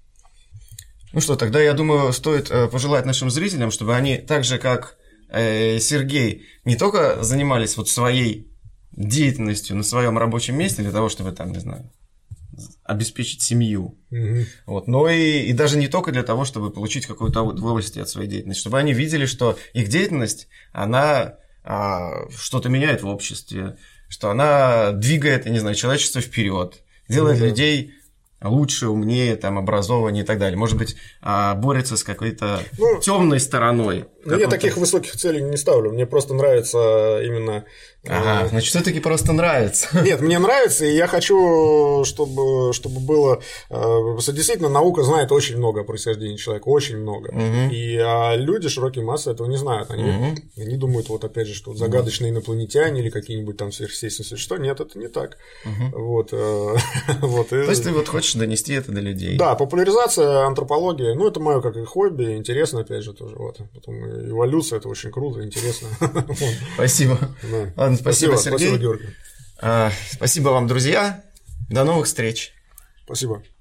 Ну что, тогда, я думаю, стоит пожелать нашим зрителям, чтобы они так же, как Сергей, не только занимались вот своей деятельностью на своем рабочем месте для того, чтобы там, не знаю, обеспечить семью, mm-hmm. вот, но и, и даже не только для того, чтобы получить какое-то удовольствие от своей деятельности, чтобы они видели, что их деятельность, она а, что-то меняет в обществе, что она двигает, я не знаю, человечество вперед, делает mm-hmm. людей лучше, умнее, там, образованнее и так далее. Может быть, борется с какой-то ну, темной стороной. Ну, я таких высоких целей не ставлю. Мне просто нравится именно... Ага, значит, все-таки просто нравится. Нет, мне нравится, и я хочу, чтобы, чтобы было... Действительно, наука знает очень много о происхождении человека, очень много. Угу. И а люди, широкие массы, этого не знают. Они, угу. они думают, вот опять же, что загадочные инопланетяне или какие-нибудь там сверхъестественные существа. Нет, это не так. Угу. Вот, вот. То есть ты вот хочешь донести это до людей? Да, популяризация антропологии, ну, это мое как и хобби, интересно, опять же, тоже. Вот. Потом эволюция, это очень круто, интересно. Спасибо. Ладно, спасибо, Сергей. Спасибо, Георгий. Спасибо вам, друзья. До новых встреч. Спасибо.